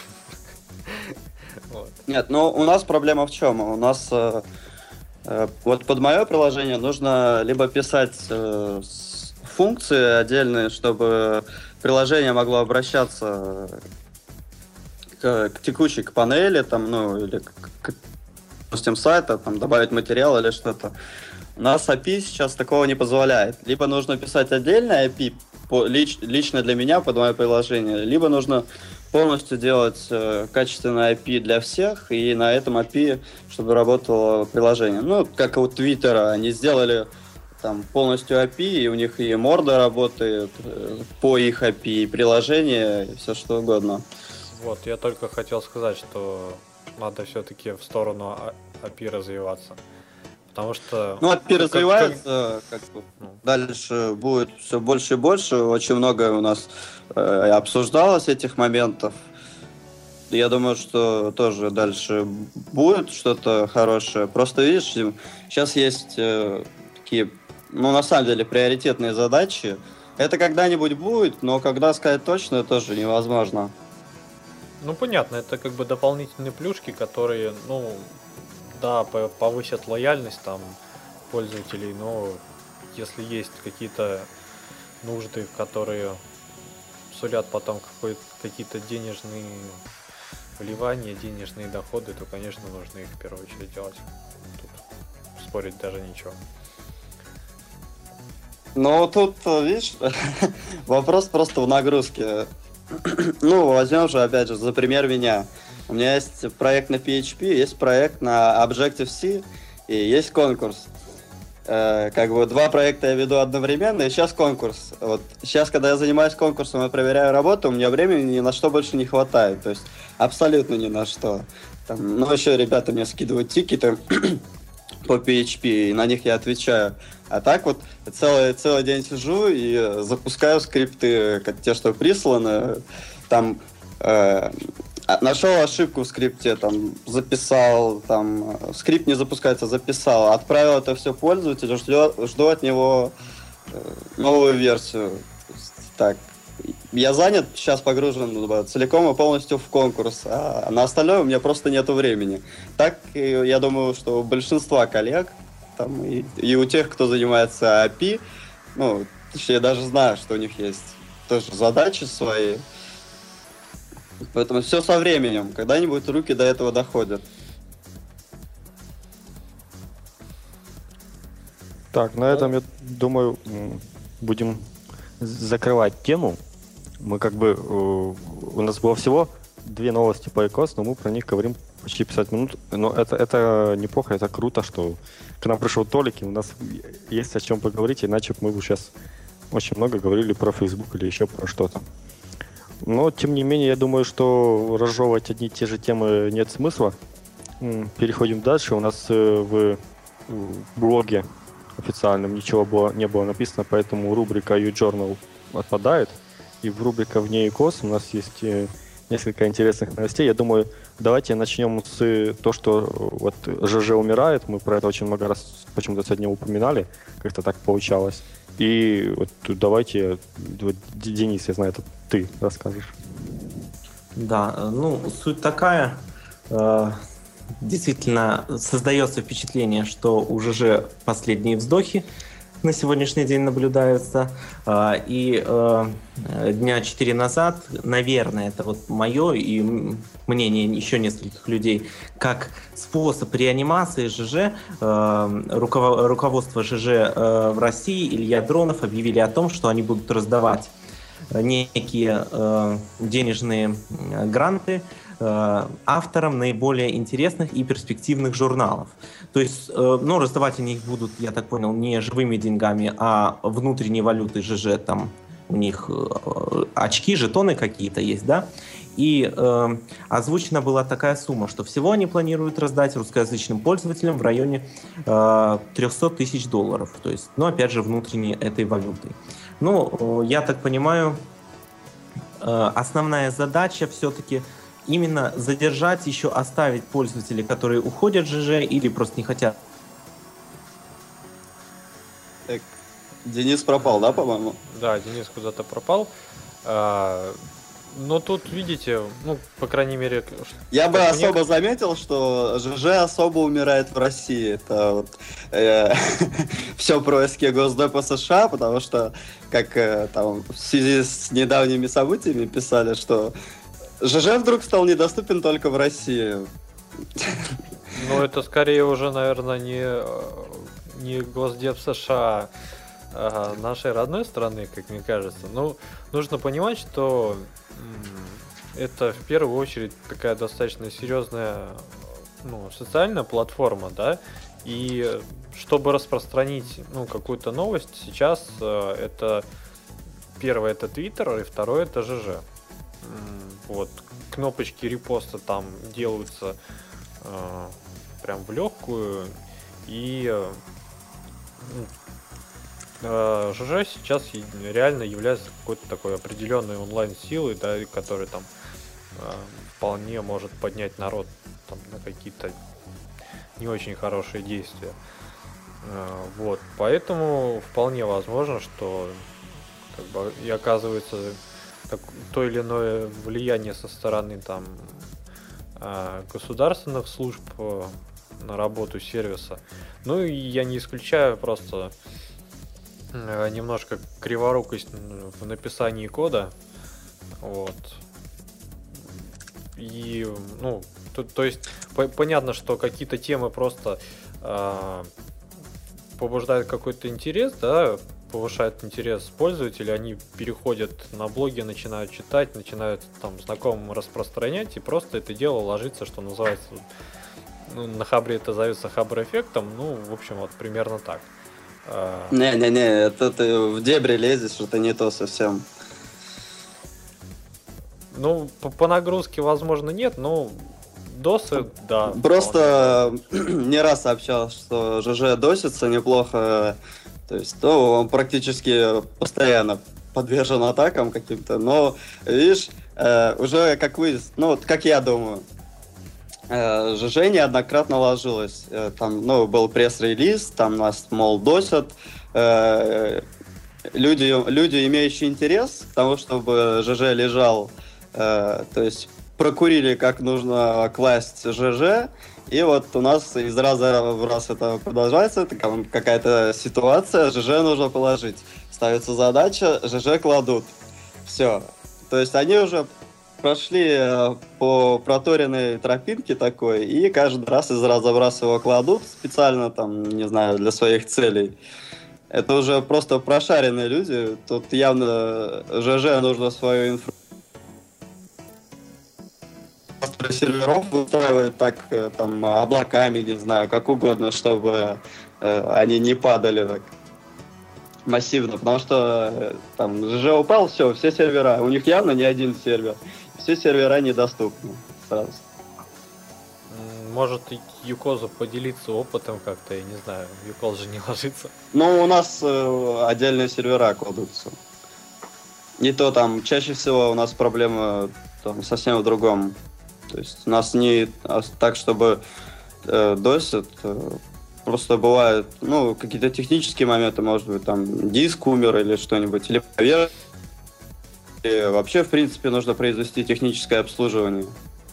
Нет, ну у нас проблема в чем? У нас вот под мое приложение нужно либо писать функции отдельные, чтобы приложение могло обращаться к текущей, к панели, там, ну, или к допустим, сайта, там, добавить материал или что-то. У нас API сейчас такого не позволяет. Либо нужно писать отдельное API, лично для меня, под мое приложение, либо нужно полностью делать качественное API для всех, и на этом API, чтобы работало приложение. Ну, как у Твиттера, они сделали там полностью API, и у них и морда работает по их API, и приложение, и все что угодно. Вот, я только хотел сказать, что надо все-таки в сторону API развиваться. Потому что... Ну, API развивается, дальше будет все больше и больше. Очень много у нас обсуждалось этих моментов. Я думаю, что тоже дальше будет что-то хорошее. Просто, видишь, сейчас есть такие, ну, на самом деле, приоритетные задачи. Это когда-нибудь будет, но когда сказать точно, тоже невозможно. Ну, понятно, это как бы дополнительные плюшки, которые, ну, да, повысят лояльность там пользователей, но если есть какие-то нужды, которые сулят потом какие-то денежные вливания, денежные доходы, то, конечно, нужно их в первую очередь делать. Тут спорить даже ничего. Ну, тут, видишь, вопрос просто в нагрузке. Ну, возьмем же, опять же, за пример меня. У меня есть проект на PHP, есть проект на Objective-C и есть конкурс. Как бы два проекта я веду одновременно, и сейчас конкурс. Вот сейчас, когда я занимаюсь конкурсом и проверяю работу, у меня времени ни на что больше не хватает. То есть абсолютно ни на что. Там, ну, еще ребята мне скидывают тикеты по PHP, и на них я отвечаю. А так вот целый день сижу и запускаю скрипты, как те, что присланы. Там нашел ошибку в скрипте, там записал, там скрипт не запускается, записал, отправил это все пользователю, жду от него новую версию. Так, я занят, сейчас погружен целиком и полностью в конкурс, а на остальное у меня просто нету времени. Так, я думаю, что у большинства коллег, там, и у тех, кто занимается API, ну, я даже знаю, что у них есть тоже задачи свои. Поэтому все со временем. Когда-нибудь руки до этого доходят. Так, на этом, я думаю, будем закрывать тему. Мы как бы... У нас было всего 2 новости по iCOS, но мы про них говорим почти 50 минут. Но это неплохо, это круто, что к нам пришел Толик, и у нас есть о чем поговорить, иначе мы бы сейчас очень много говорили про Facebook или еще про что-то. Но, тем не менее, я думаю, что разжевывать одни и те же темы нет смысла. Переходим дальше. У нас в блоге официальном ничего не было написано, поэтому рубрика uJournal отпадает. И в рубрика «Вне iCOS» у нас есть несколько интересных новостей. Я думаю, давайте начнем с того, что вот ЖЖ умирает. Мы про это очень много раз почему-то сегодня упоминали. Как-то так получалось. И вот давайте, Денис, я знаю, это ты расскажешь. Да, ну, суть такая. Действительно, создается впечатление, что у ЖЖ последние вздохи на сегодняшний день наблюдаются. И дня 4 назад, наверное, это вот мое и мнение еще нескольких людей, как способ реанимации ЖЖ, руководство ЖЖ в России, Илья Дронов, объявили о том, что они будут раздавать некие денежные гранты авторам наиболее интересных и перспективных журналов. То есть, ну, раздавать они их будут, я так понял, не живыми деньгами, а внутренней валютой ЖЖ, там у них очки, жетоны какие-то есть, да? И озвучена была такая сумма, что всего они планируют раздать русскоязычным пользователям в районе $300 тысяч. То есть, ну, опять же, внутренней этой валютой. Ну, я так понимаю, основная задача все-таки именно задержать, еще оставить пользователей, которые уходят в ЖЖ или просто не хотят. Так, Денис пропал, да, по-моему? Да, Денис куда-то пропал. Но тут, видите, ну, по крайней мере... Я бы особо заметил, что ЖЖ особо умирает в России. Это вот все про СК Госдепа США, потому что, как там в связи с недавними событиями писали, что ЖЖ вдруг стал недоступен только в России. Ну, это скорее уже, наверное, не Госдеп США, а нашей родной страны, как мне кажется. Ну, нужно понимать, что это в первую очередь такая достаточно серьезная, ну, социальная платформа, да, И чтобы распространить какую-то новость, сейчас это первое это Twitter, и второе это ЖЖ. Вот. Кнопочки репоста там делаются прям в легкую. И ЖЖ сейчас реально является какой-то такой определенной онлайн-силой, да, которая там вполне может поднять народ там, на какие-то не очень хорошие действия. Вот. Поэтому вполне возможно, что как бы, и оказывается то или иное влияние со стороны там государственных служб на работу сервиса. Ну и я не исключаю просто немножко криворукость в написании кода. Вот. И, то есть понятно, что какие-то темы просто побуждают какой-то интерес, да, повышает интерес пользователей, они переходят на блоги, начинают читать, начинают там знакомым распространять, и просто это дело ложится, что называется, на Хабре это зовется Хабр-эффектом, в общем, вот примерно так. Не-не-не, это ты в дебри лезешь, это не то совсем. По нагрузке, возможно, нет, но досы, да. Просто не раз сообщал, что ЖЖ досится неплохо. То есть, он практически постоянно подвержен атакам каким-то. Но, видишь, уже как выяснилось, как я думаю, ЖЖ неоднократно ложилось. Там, был пресс-релиз, там нас, мол, досят. Люди, имеющие интерес к тому, чтобы ЖЖ лежал, то есть прокурили, как нужно класть ЖЖ, и вот у нас из раза в раз это продолжается, это какая-то ситуация, ЖЖ нужно положить. Ставится задача, ЖЖ кладут. Все. То есть они уже прошли по проторенной тропинке такой, и каждый раз из раза в раз его кладут специально, там, не знаю, для своих целей. Это уже просто прошаренные люди. Тут явно ЖЖ нужно свою инфраструктуру серверов выстраивать так, там, облаками, не знаю, как угодно, чтобы они не падали так массивно, потому что там ЖЖ упал, все сервера, у них явно не один сервер, все сервера недоступны сразу. Может, Юкозу поделиться опытом как-то, я не знаю, Юкоз же не ложится. У нас отдельные сервера кладутся. Не то там, чаще всего у нас проблема там совсем в другом. То есть у нас не так, чтобы досят, просто бывают, какие-то технические моменты, может быть, там диск умер или что-нибудь, или поверх. И вообще, в принципе, нужно произвести техническое обслуживание.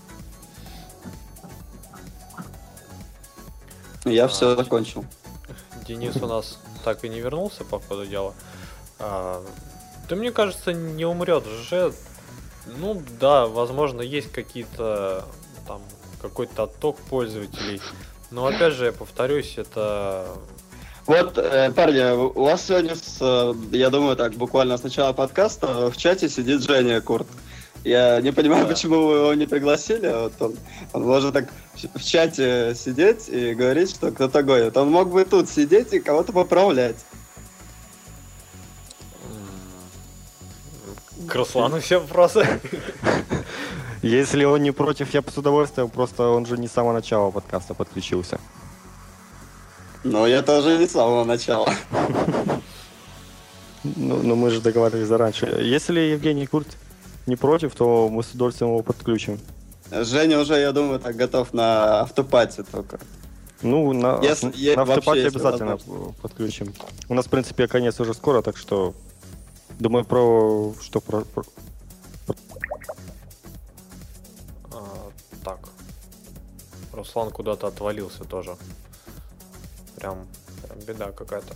Я все закончил. Денис у нас так и не вернулся, по ходу дела. Да, мне кажется, не умрет ЖЖ. Да, возможно, есть какие-то там какой-то отток пользователей. Но опять же, я повторюсь, это... Вот, парни, у вас сегодня, я думаю, так, буквально с начала подкаста в чате сидит Женя Курт. Я не понимаю, почему вы его не пригласили. Вот он может так в чате сидеть и говорить, что кто-то гонит. Он мог бы тут сидеть и кого-то поправлять. К Руслану все вопросы. Если он не против, я бы с удовольствием, просто он же не с самого начала подкаста подключился. Но я тоже не с самого начала. Но мы же договаривались заранее. Если Евгений Курт не против, то мы с удовольствием его подключим. Женя уже, я думаю, так готов на автопате только. На автопате обязательно подключим. У нас, в принципе, конец уже скоро, так что думаю, Так. Руслан куда-то отвалился тоже. Прям беда какая-то.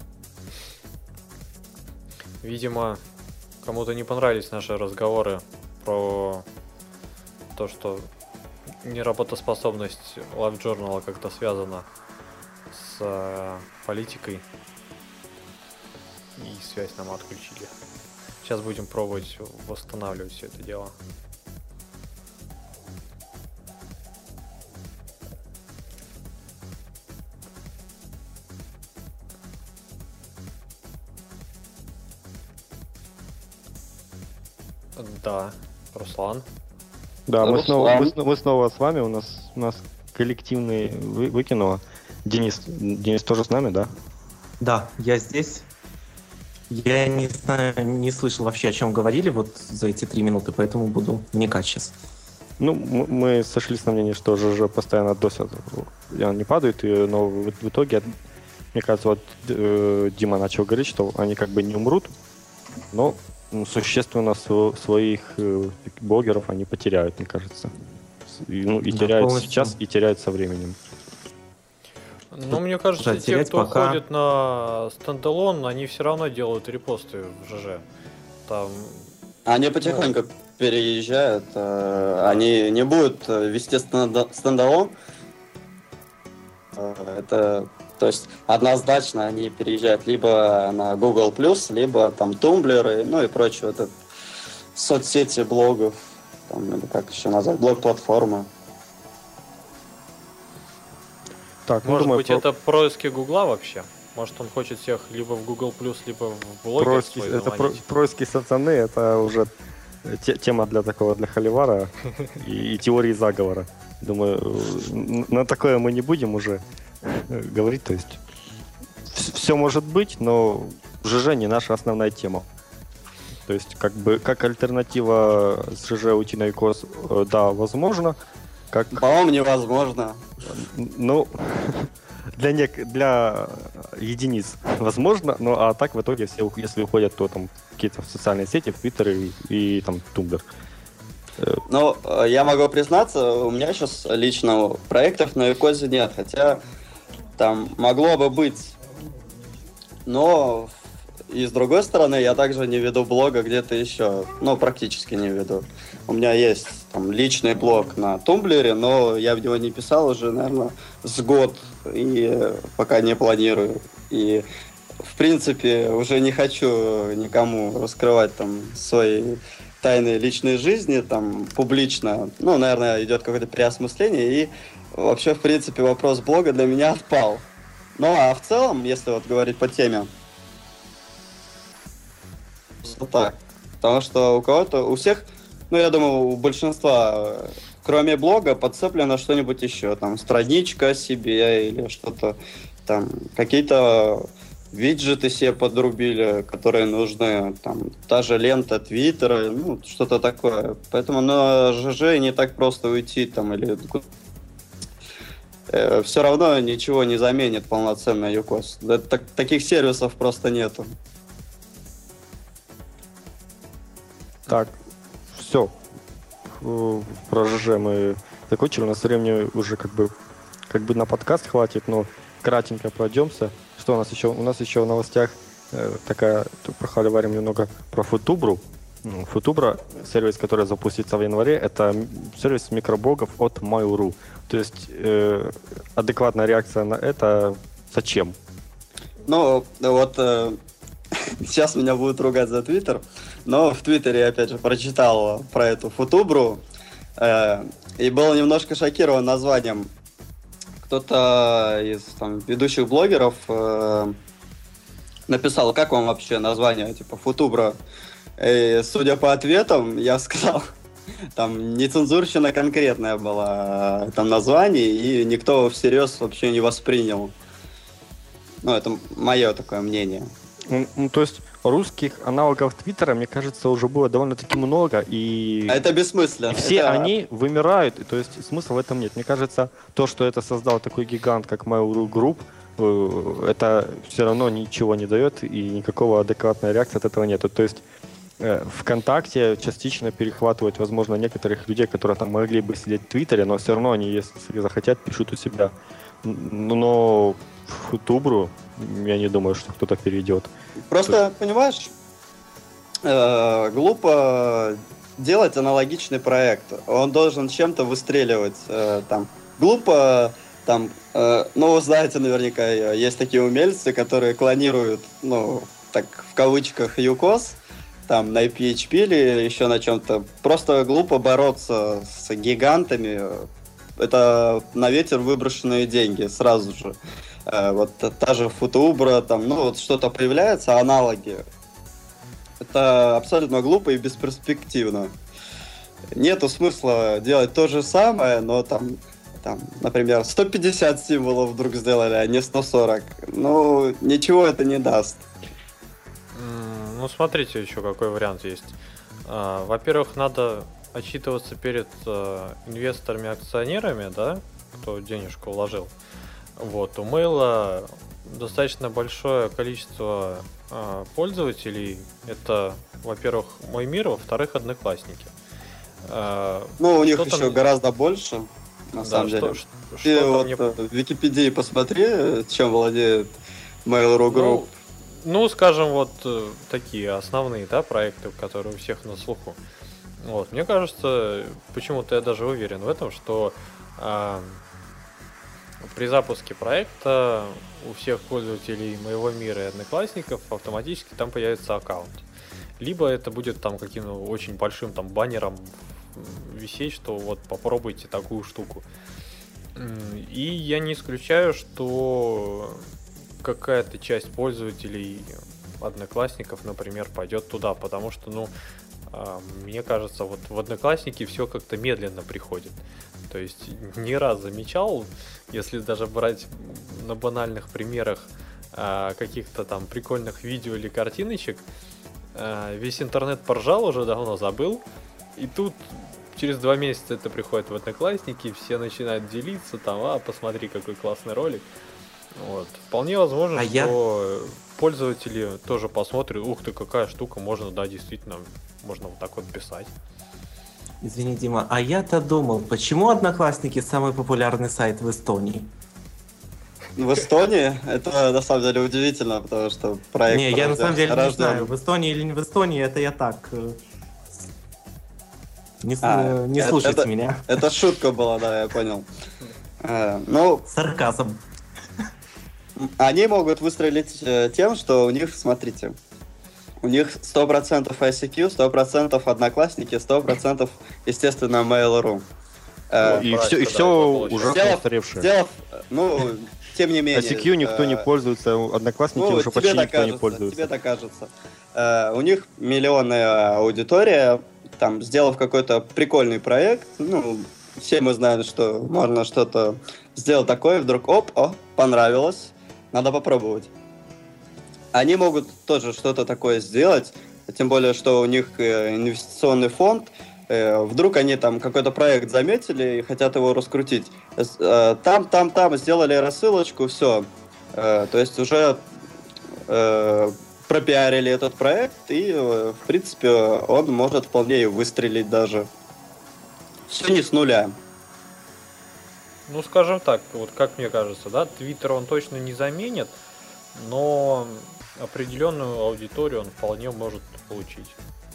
Видимо, кому-то не понравились наши разговоры про то, что неработоспособность LiveJournal как-то связана с политикой. И связь нам отключили. Сейчас будем пробовать восстанавливать все это дело. Да, Руслан. Да, мы снова с вами, у нас коллективный выкинуло. Денис тоже с нами, да? Да, я здесь. Я не знаю, не слышал вообще, о чем говорили вот за эти 3 минуты, поэтому буду вникать сейчас. Ну, мы сошлись на мнении, что ЖЖ постоянно досят, и он не падает, но в итоге, мне кажется, вот Дима начал говорить, что они как бы не умрут, но существенно своих блогеров они потеряют, мне кажется. И теряют полностью. Сейчас, и теряют со временем. Ну, мне кажется, те, кто ходит на стендалон, они все равно делают репосты в ЖЖ. Там... Они потихоньку переезжают, они не будут вести стендалон. Это, то есть, однозначно они переезжают либо на Google+, либо там Tumblr, ну и прочее, это соцсети блогов, там, или как еще назвать, блог-платформы. Так, может быть, это происки Гугла вообще? Может, он хочет всех либо в Google+, либо в блоге свой заманить? Происки сатаны, это уже тема для холивара и теории заговора. Думаю, на такое мы не будем уже говорить. То есть все может быть, но ЖЖ не наша основная тема. То есть как альтернатива с ЖЖ уйти на ИКОС, да, возможно. По-моему, невозможно. Ну, для единиц возможно, но а так в итоге все, если уходят, то там какие-то социальные сети, в Твиттер и там Тумблер. Ну, я могу признаться, у меня сейчас лично проектов на ИКОСе нет, хотя там могло бы быть. Но и с другой стороны, я также не веду блога где-то еще, ну, практически не веду. У меня есть там личный блог на Тумблере, но я в него не писал уже, наверное, с год, и пока не планирую. И, в принципе, уже не хочу никому раскрывать там свои тайны личной жизни, там, публично. Ну, наверное, идет какое-то переосмысление, и вообще, в принципе, вопрос блога для меня отпал. Ну, а в целом, если вот говорить по теме, вот так. Потому что у кого-то, у всех, ну, я думаю, у большинства, кроме блога, подцеплено что-нибудь еще. Там, страничка себе или что-то, там, какие-то виджеты себе подрубили, которые нужны, там, та же лента Твиттера, ну, что-то такое. Поэтому на ЖЖ не так просто уйти, там, или... Все равно ничего не заменит полноценный ЮКОС. Таких сервисов просто нету. Так, все. Про ЖЖ мы закончили. У нас времени уже как бы на подкаст хватит, но кратенько пройдемся. Что у нас еще? У нас еще в новостях прохваливаем немного про Футубру. Футубра, сервис, который запустится в январе, это сервис микроблогов от Mail.ru. То есть адекватная реакция на это зачем? Ну, вот сейчас меня будут ругать за Твиттер, но в Твиттере я опять же прочитал про эту Футубру и был немножко шокирован названием. Кто-то из там ведущих блогеров написал, как вам вообще название, типа Футубра. И, судя по ответам, я сказал, там нецензурщина конкретная была там название, и никто всерьез вообще не воспринял. Ну, это мое такое мнение. Ну, то есть русских аналогов Твиттера, мне кажется, уже было довольно-таки много, и... Это бессмысленно. И все они вымирают, то есть смысла в этом нет. Мне кажется, то, что это создал такой гигант, как Mail.ru Group, это все равно ничего не дает, и никакого адекватной реакции от этого нет. То есть ВКонтакте частично перехватывает, возможно, некоторых людей, которые там могли бы сидеть в Твиттере, но все равно они, если захотят, пишут у себя. Но в Футубру я не думаю, что кто-то перейдет. Просто, понимаешь, глупо делать аналогичный проект. Он должен чем-то выстреливать. Там, глупо, там, ну, вы знаете, наверняка, есть такие умельцы, которые клонируют, ну, так, в кавычках, ЮКОС, там, на PHP или еще на чем-то. Просто глупо бороться с гигантами. Это на ветер выброшенные деньги сразу же. Вот та же Футубра, там, ну, вот что-то появляется, аналоги. Это абсолютно глупо и бесперспективно. Нету смысла делать то же самое, но там, например, 150 символов вдруг сделали, а не 140. Ну, ничего это не даст. Ну, смотрите, еще какой вариант есть. Во-первых, надо отчитываться перед инвесторами-акционерами, да, кто денежку вложил. Вот, у Mail достаточно большое количество пользователей. Это, во-первых, Мой Мир, во-вторых, Одноклассники. Ну, у них еще гораздо больше, на самом деле. Ты вот в Википедии посмотри, чем владеет Mail.ru Group. Ну, скажем, вот такие основные, да, проекты, которые у всех на слуху. Вот, мне кажется, почему-то я даже уверен в этом, что при запуске проекта у всех пользователей Моего Мира и Одноклассников автоматически там появится аккаунт. Либо это будет там каким-то очень большим там баннером висеть, что вот попробуйте такую штуку. И я не исключаю, что какая-то часть пользователей Одноклассников, например, пойдет туда, потому что, ну, мне кажется, вот в Одноклассники все как-то медленно приходит. То есть не раз замечал, если даже брать на банальных примерах каких-то там прикольных видео или картиночек, весь интернет поржал, уже давно забыл, и тут через 2 месяца это приходит в Одноклассники, все начинают делиться, там, посмотри, какой классный ролик. Вот. Вполне возможно, что пользователи тоже посмотрят, ух ты, какая штука, можно, да, действительно, можно вот так вот писать. Извини, Дима, а я-то думал, почему Одноклассники самый популярный сайт в Эстонии? В Эстонии? Это на самом деле удивительно, потому что проект... Не, я на самом деле не знаю, в Эстонии или не в Эстонии, это я так... Не слушайте меня. Это шутка была, да, я понял. Ну, сарказм. Они могут выстрелить тем, что у них, смотрите, у них 100% ICQ, 100% Одноклассники, 100% естественно Mail.ru. И все ужасно устаревшее. Ну, тем не менее. ICQ никто не пользуется, Одноклассники уже почти никто не пользуется. Тебе так кажется. У них миллионная аудитория, там, сделав какой-то прикольный проект, ну, все мы знаем, что можно что-то сделать такое, вдруг, понравилось, надо попробовать. Они могут тоже что-то такое сделать, тем более, что у них инвестиционный фонд, вдруг они там какой-то проект заметили и хотят его раскрутить. Там сделали рассылочку, все. То есть уже пропиарили этот проект, и, в принципе, он может вполне и выстрелить даже. Все не с нуля. Ну, скажем так, вот как мне кажется, да, Твиттер он точно не заменит, но определенную аудиторию он вполне может получить.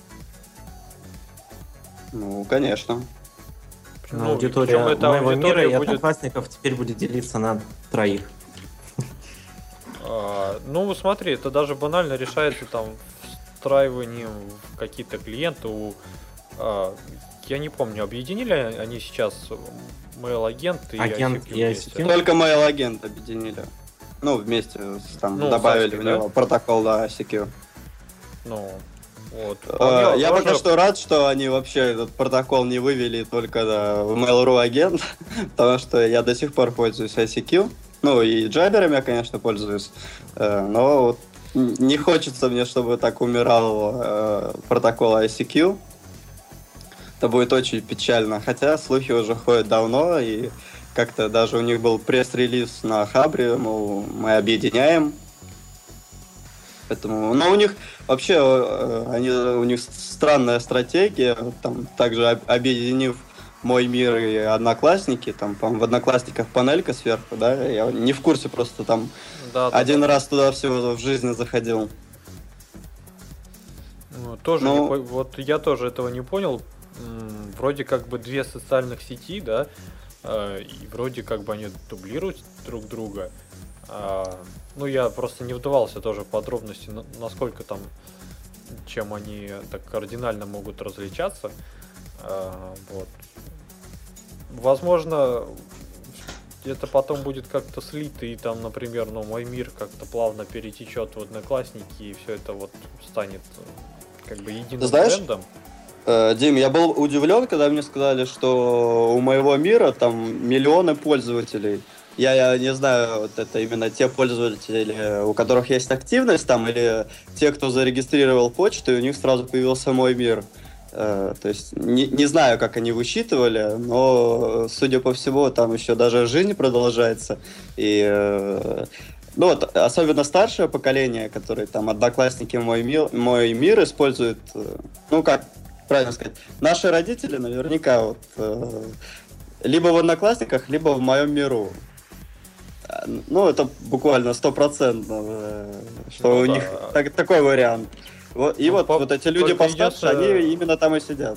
Ну, конечно. Ну, аудитория Моего Мира и Одноклассников теперь будет делиться на 3. Ну, смотри, это даже банально решается там встраиванием в какие-то клиенты. Я не помню, объединили они сейчас Mail-агент и ICQ? Только Mail-агент объединили. Ну, вместе добавили в него протокол, да, ICQ. Ну, вот. Я пока что рад, что они вообще этот протокол не вывели только в Mail.ru агент, потому что я до сих пор пользуюсь ICQ. Ну, и джаберами я, конечно, пользуюсь, но не хочется мне, чтобы так умирал протокол ICQ. Это будет очень печально, хотя слухи уже ходят давно, и как-то даже у них был пресс-релиз на Хабре, мол, мы объединяем. Поэтому, но у них вообще, у них странная стратегия, там, также объединив Мой Мир и Одноклассники, там, по-моему, в Одноклассниках панелька сверху, да, я не в курсе, просто там один раз туда всего в жизни заходил. Ну, тоже вот я тоже этого не понял. Вроде как бы 2 социальных сети, да, и вроде как бы они дублируют друг друга. Ну, я просто не вдавался тоже в подробности, насколько там, чем они так кардинально могут различаться. Вот. Возможно, это потом будет как-то слито, и там, например, Мой Мир как-то плавно перетечет в Одноклассники, и все это вот станет как бы единым Знаешь, брендом. Дим, я был удивлен, когда мне сказали, что у моего мира там миллионы пользователей. Я не знаю, вот это именно те пользователи, у которых есть активность там, или те, кто зарегистрировал почту, и у них сразу появился мой мир. То есть не знаю, как они высчитывали, но, судя по всему, там еще даже жизнь продолжается. И ну вот, особенно старшее поколение, которые там одноклассники мой мир используют, ну как правильно сказать, наши родители наверняка вот либо в одноклассниках, либо в моем миру. Ну, это буквально 100%, что Ну у да. них такой вариант. И Ну, вот эти люди только постарше, единственное- они именно там и сидят.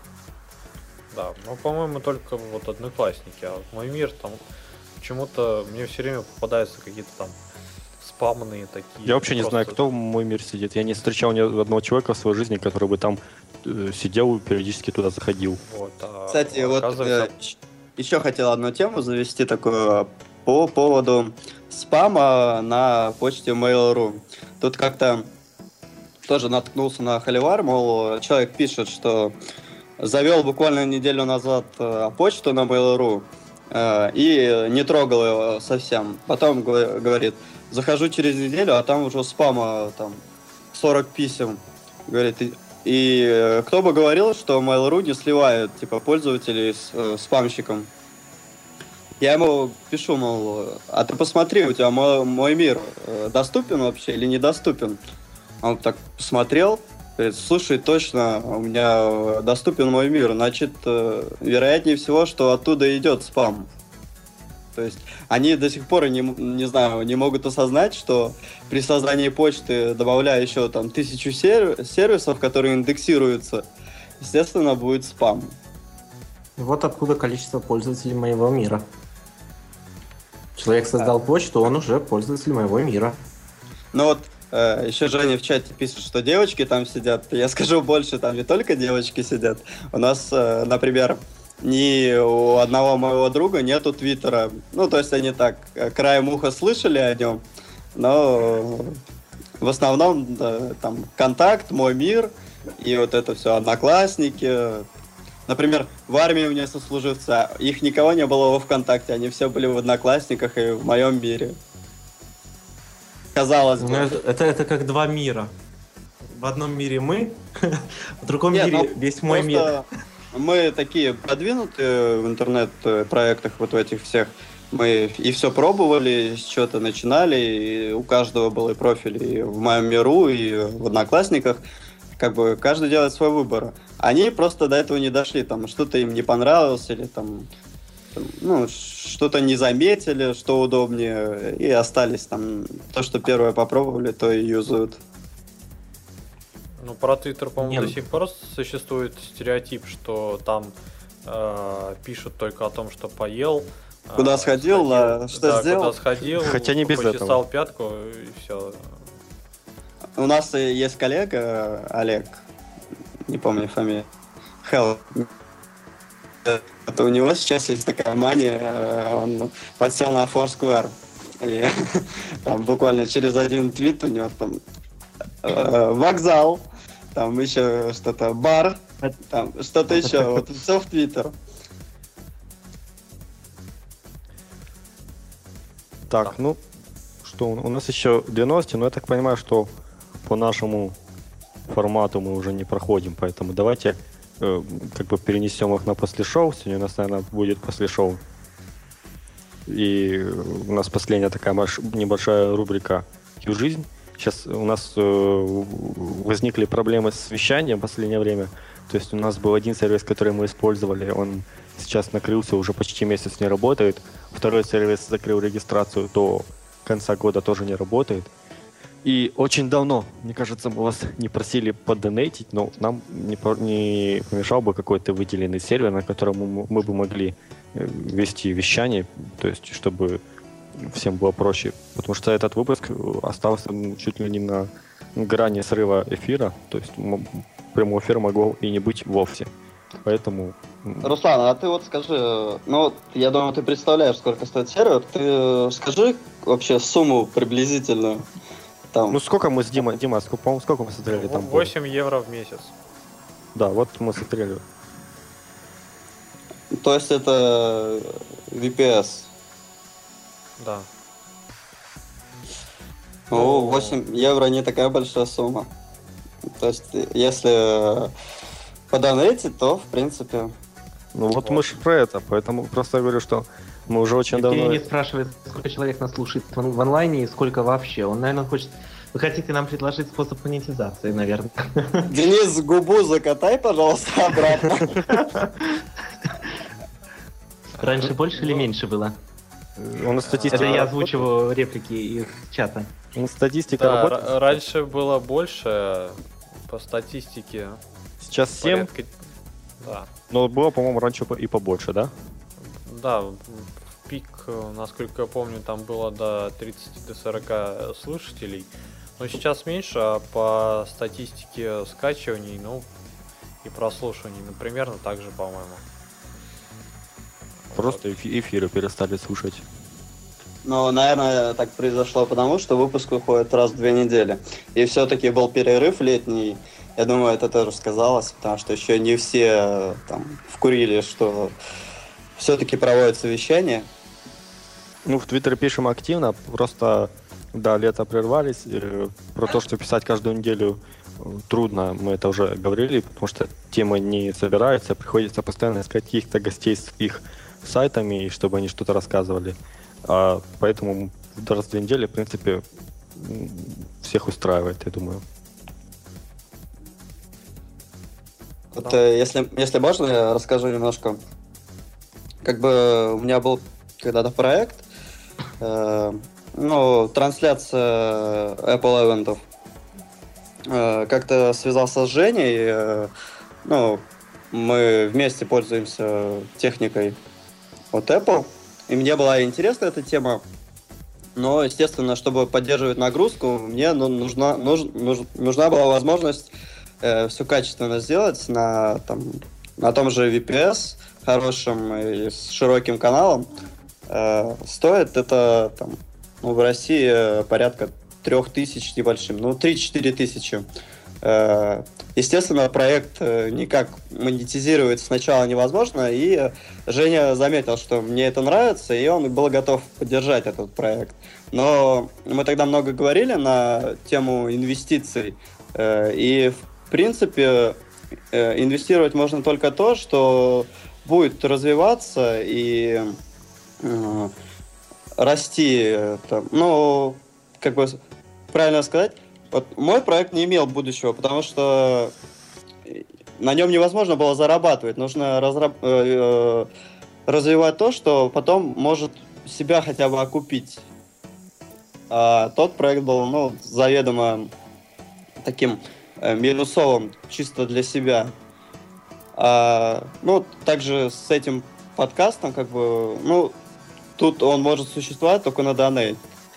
Да, ну, по-моему, только вот одноклассники, а вот мой мир там почему-то мне все время попадаются какие-то там спамные такие. Я вообще не знаю, просто- кто в мой мир сидит. Я не встречал ни одного человека в своей жизни, который бы там сидел и периодически туда заходил. Вот, Кстати, вот оказывается, еще хотел одну тему завести такую по поводу спама на почте Mail.ru. Тут как-то тоже наткнулся на холивар, мол, человек пишет, что завел буквально неделю назад почту на Mail.ru и не трогал его совсем. Потом говорит, захожу через неделю, а там уже спама там 40 писем. Говорит, и кто бы говорил, что Mail.ru не сливает типа пользователей с спамщиком. Я ему пишу, мол, а ты посмотри, у тебя мой мир доступен вообще или недоступен? Он так посмотрел, говорит, слушай, точно, у меня доступен мой мир, значит, вероятнее всего, что оттуда идет спам. То есть они до сих пор не знаю, не могут осознать, что при создании почты, добавляя еще там 1000 сервисов, которые индексируются, естественно, будет спам. Вот откуда количество пользователей моего мира. Человек создал почту, он уже пользователь моего мира. Ну вот, еще Женя в чате пишет, что девочки там сидят. Я скажу больше, там не только девочки сидят. У нас, например, ни у одного моего друга нету Твиттера. Ну, то есть они так, краем уха слышали о нем, но в основном там Контакт, Мой мир и вот это все, Одноклассники. Например, в армии у меня сослуживцы, их никого не было во ВКонтакте, они все были в Одноклассниках и в моем мире. Казалось бы. Это как два мира. В одном мире мы, в другом Нет, мире ну, весь мой мир. просто мы такие продвинутые в интернет-проектах, вот в этих всех. Мы и все пробовали, с чего-то начинали, и у каждого был и профиль и в моем миру, и в Одноклассниках. Как бы каждый делает свой выбор. Они просто до этого не дошли, там что-то им не понравилось, или там ну, что-то не заметили, что удобнее, и остались там. То, что первое попробовали, то и юзают. ну, про Твиттер, по-моему, Не, до сих пор существует стереотип, что там пишут только о том, что поел. Куда сходил, что сделал. Куда сходил, Хотя не без почесал этого. пятку, и все. У нас есть коллега, Олег, не помню фамилию, Хелл. Это у него сейчас есть такая мания, он подсел на Foursquare. И там буквально через один твит у него там вокзал, там еще что-то, бар, там что-то еще, вот все в Твиттер. Так, ну, что, у нас еще 2 новости, но я так понимаю, что по нашему формату мы уже не проходим, поэтому давайте как бы перенесем их на после шоу. Сегодня у нас, наверное, будет после шоу. И у нас последняя такая небольшая рубрика «Q-жизнь». Сейчас у нас возникли проблемы с вещанием в последнее время. То есть у нас был один сервис, который мы использовали, он сейчас накрылся, уже почти месяц не работает. Второй сервис закрыл регистрацию, до конца года тоже не работает. И очень давно, мне кажется, мы вас не просили поддонейтить, но нам не помешал бы какой-то выделенный сервер, на котором мы бы могли вести вещание, то есть чтобы всем было проще. Потому что этот выпуск остался чуть ли не на грани срыва эфира, то есть прямого эфира могло и не быть вовсе. Поэтому... Руслан, а ты вот скажи, ну я думаю, ты представляешь, сколько стоит сервер, ты скажи вообще сумму приблизительную. там... Ну сколько мы с Димой, по-моему, сколько мы смотрели там? 8 евро в месяц. Да, вот мы смотрели. То есть это VPS. Да. Ну, 8 евро не такая большая сумма. То есть, если подонетить, то, в принципе... Ну вот мы же про это, поэтому просто говорю, что мы уже очень Евгений давно... не спрашивает, сколько человек нас слушает в онлайне и сколько вообще. Он, наверное, хочет... Вы хотите нам предложить способ монетизации, наверное. Денис, губу закатай, пожалуйста, обратно. Раньше больше или меньше было? У нас статистика... Это я озвучиваю реплики из чата. Статистика Да, работает. раньше было больше по статистике. Сейчас 7, Порядка... Да. но было, по-моему, раньше и побольше, да? Да, в пик, насколько я помню, там было до 30-40 слушателей. Но сейчас меньше, а по статистике скачиваний, ну, и прослушиваний, ну, примерно так же, по-моему. Просто эфиры перестали слушать. Ну, наверное, так произошло потому, что выпуск выходит раз в 2 недели. И все-таки был перерыв летний. Я думаю, это тоже сказалось, потому что еще не все там вкурили, что все-таки проводятся вещания. Ну, в Твиттере пишем активно, просто, да, лето прервались. Про то, что писать каждую неделю трудно, мы это уже говорили, потому что темы не собираются, приходится постоянно искать каких-то гостей с их сайтами, чтобы они что-то рассказывали. Поэтому раз в 2 недели, в принципе, всех устраивает, я думаю. Вот, если можно, я расскажу немножко. Как бы у меня был когда-то проект, трансляция Apple ивентов. Как-то связался с Женей, мы вместе пользуемся техникой от Apple, и мне была интересна эта тема, но, естественно, чтобы поддерживать нагрузку, мне нужна была возможность все качественно сделать на том же VPS хорошем и с широким каналом. Стоит это в России порядка 3000 небольшим, 3-4 тысячи. Естественно, проект никак монетизировать сначала невозможно, и Женя заметил, что мне это нравится, и он был готов поддержать этот проект. Но мы тогда много говорили на тему инвестиций, и в принципе инвестировать можно только то, что будет развиваться и расти. Как бы правильно сказать, вот мой проект не имел будущего, потому что на нем невозможно было зарабатывать. Нужно развивать то, что потом может себя хотя бы окупить. А тот проект был, заведомо таким минусовым, чисто для себя. Также с этим подкастом, тут он может существовать только на донейт.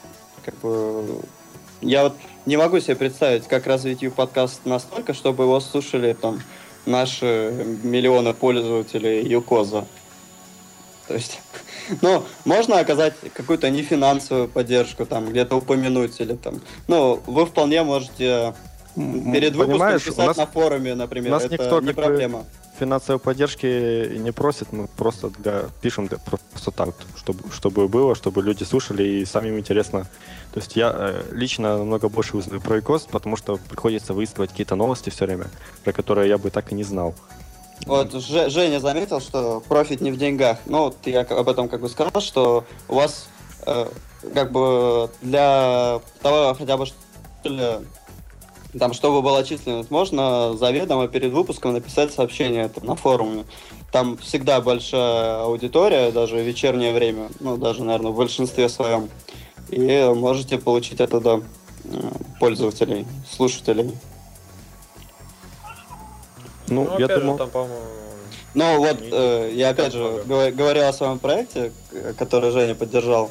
Я вот не могу себе представить, как развить подкаст настолько, чтобы его слушали наши миллионы пользователей Юкоза. То есть, можно оказать какую-то нефинансовую поддержку, где-то упомянуть или вы вполне можете перед выпуском писать на форуме, например. Нас это никто не проблема. Финансовой поддержки не просит, мы просто пишем просто так, чтобы было, чтобы люди слушали и самим интересно. То есть я лично намного больше узнаю про ИКОС, потому что приходится выискивать какие-то новости все время, про которые я бы так и не знал. Вот Женя заметил, что профит не в деньгах. Я об этом сказал, что у вас для того хотя бы чтобы была численность, можно заведомо перед выпуском написать сообщение на форуме. Там всегда большая аудитория, даже в вечернее время, даже, наверное, в большинстве своем. И можете получить оттуда пользователей, слушателей. Я думал... там, по-моему... я опять же говорил о своем проекте, который Женя поддержал.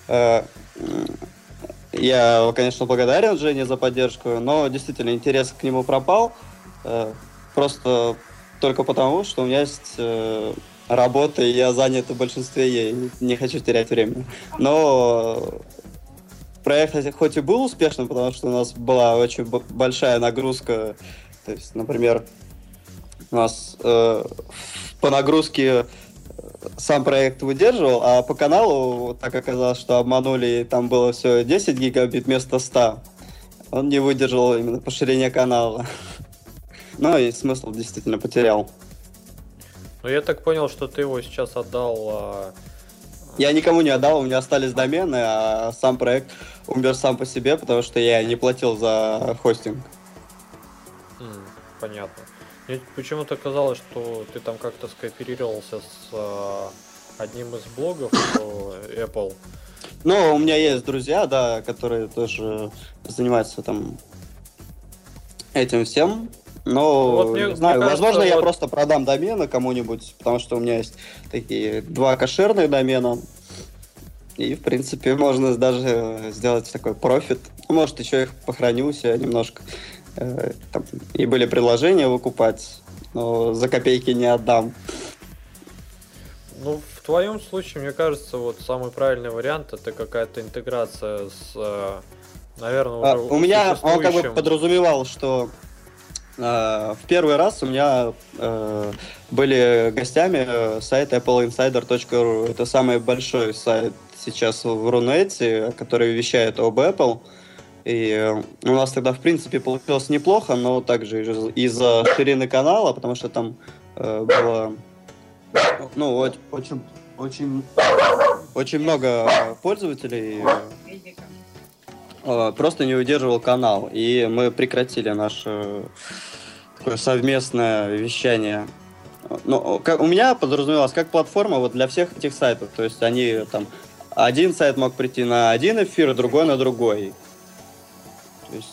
Я, конечно, благодарен Жене за поддержку, но действительно интерес к нему пропал. Просто только потому, что у меня есть работа, и я занят в большинстве ей. Не хочу терять время. Но проект хоть и был успешным, потому что у нас была очень большая нагрузка. То есть, например, у нас по нагрузке сам проект выдерживал, а по каналу так оказалось, что обманули, и там было все 10 гигабит вместо 100. Он не выдержал именно по ширине канала. Ну и смысл действительно потерял. Ну я так понял, что ты его сейчас отдал... Я никому не отдал, у меня остались домены, а сам проект умер сам по себе, потому что я не платил за хостинг. Понятно. Мне почему-то казалось, что ты там как-то скооперировался с одним из блогов Apple. Ну, у меня есть друзья, да, которые тоже занимаются там этим всем. Но, вот не знаю, возможно, я просто продам домены кому-нибудь, потому что у меня есть такие 2 кошерных домена. И, в принципе, можно даже сделать такой профит. Может, еще их похороню себе немножко. Там и были предложения выкупать, но за копейки не отдам. Ну, в твоем случае, мне кажется, вот самый правильный вариант — это какая-то интеграция с, наверное, уже у меня он как бы подразумевал, что в первый раз у меня были гостями сайт appleinsider.ru. Это самый большой сайт сейчас в Рунете, который вещает об Apple. И у нас тогда, в принципе, получилось неплохо, но также из-за ширины канала, потому что там было очень много пользователей, просто не выдерживал канал. И мы прекратили наше такое совместное вещание. Ну, у меня подразумевалось как платформа вот для всех этих сайтов. То есть они там... Один сайт мог прийти на один эфир, другой на другой. То есть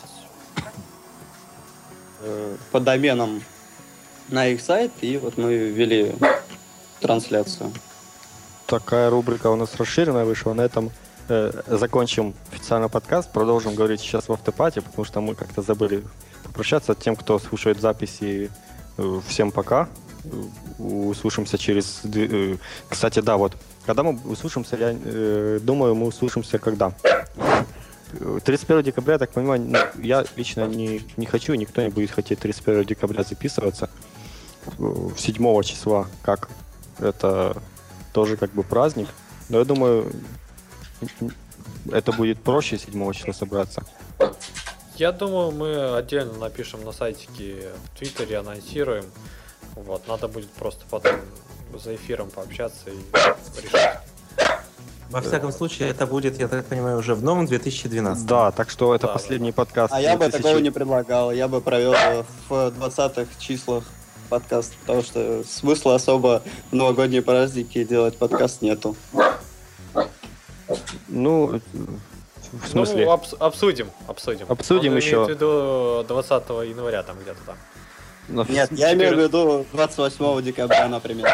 по доменам на их сайт, и вот мы ввели трансляцию. Такая рубрика у нас расширенная вышла. На этом закончим официальный подкаст. Продолжим говорить сейчас в автопате, потому что мы как-то забыли попрощаться. Тем, кто слушает записи, всем пока. Услышимся через... Кстати, да, вот. Когда мы услышимся, я думаю, мы услышимся когда? 31 декабря, я так понимаю, я лично не хочу, никто не будет хотеть 31 декабря записываться. 7 числа, как это тоже как бы праздник. Но я думаю, это будет проще 7 числа собраться. Я думаю, мы отдельно напишем на сайтике, в Твиттере, анонсируем. Вот, надо будет просто потом за эфиром пообщаться и решить. Во всяком случае, это будет, я так понимаю, уже в новом 2012. Да, так что это последний подкаст. А я бы такого не предлагал. Я бы провел в 20-х числах подкаст, потому что смысла особо в новогодние праздники делать подкаст нету. Ну, в смысле? Ну, обсудим. Обсудим Он еще. имеет в виду 20 января, там где-то там. Нет, я имею в виду 28 декабря, например.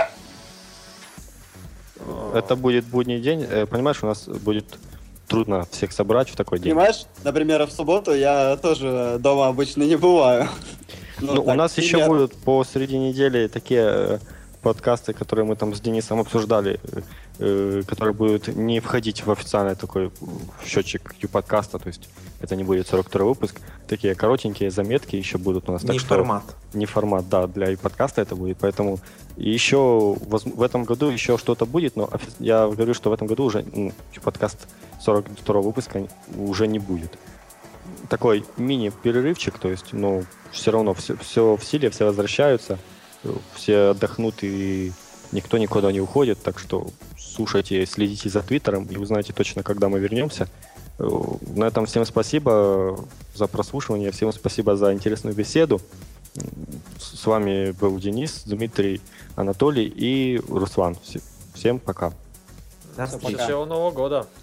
Это будет будний день. Понимаешь, у нас будет трудно всех собрать в такой день. Понимаешь, например, в субботу я тоже дома обычно не бываю. Ну, у нас еще будут по среди недели такие подкасты, которые мы там с Денисом обсуждали, которые будут не входить в официальный такой счетчик Q-подкаста, то есть это не будет 42-й выпуск. Такие коротенькие заметки еще будут у нас. Не формат. Не формат, да, для подкаста это будет, поэтому еще в этом году еще что-то будет, но я говорю, что в этом году уже Q-подкаст 42-го выпуска уже не будет. Такой мини-перерывчик, то есть, но все равно все в силе, все возвращаются, все отдохнут и никто никуда не уходит, так что слушайте, следите за Твиттером и узнаете точно, когда мы вернемся. На этом всем спасибо за прослушивание, всем спасибо за интересную беседу. С вами был Денис, Дмитрий, Анатолий и Руслан. Всем пока. До встречи. Всего Нового года.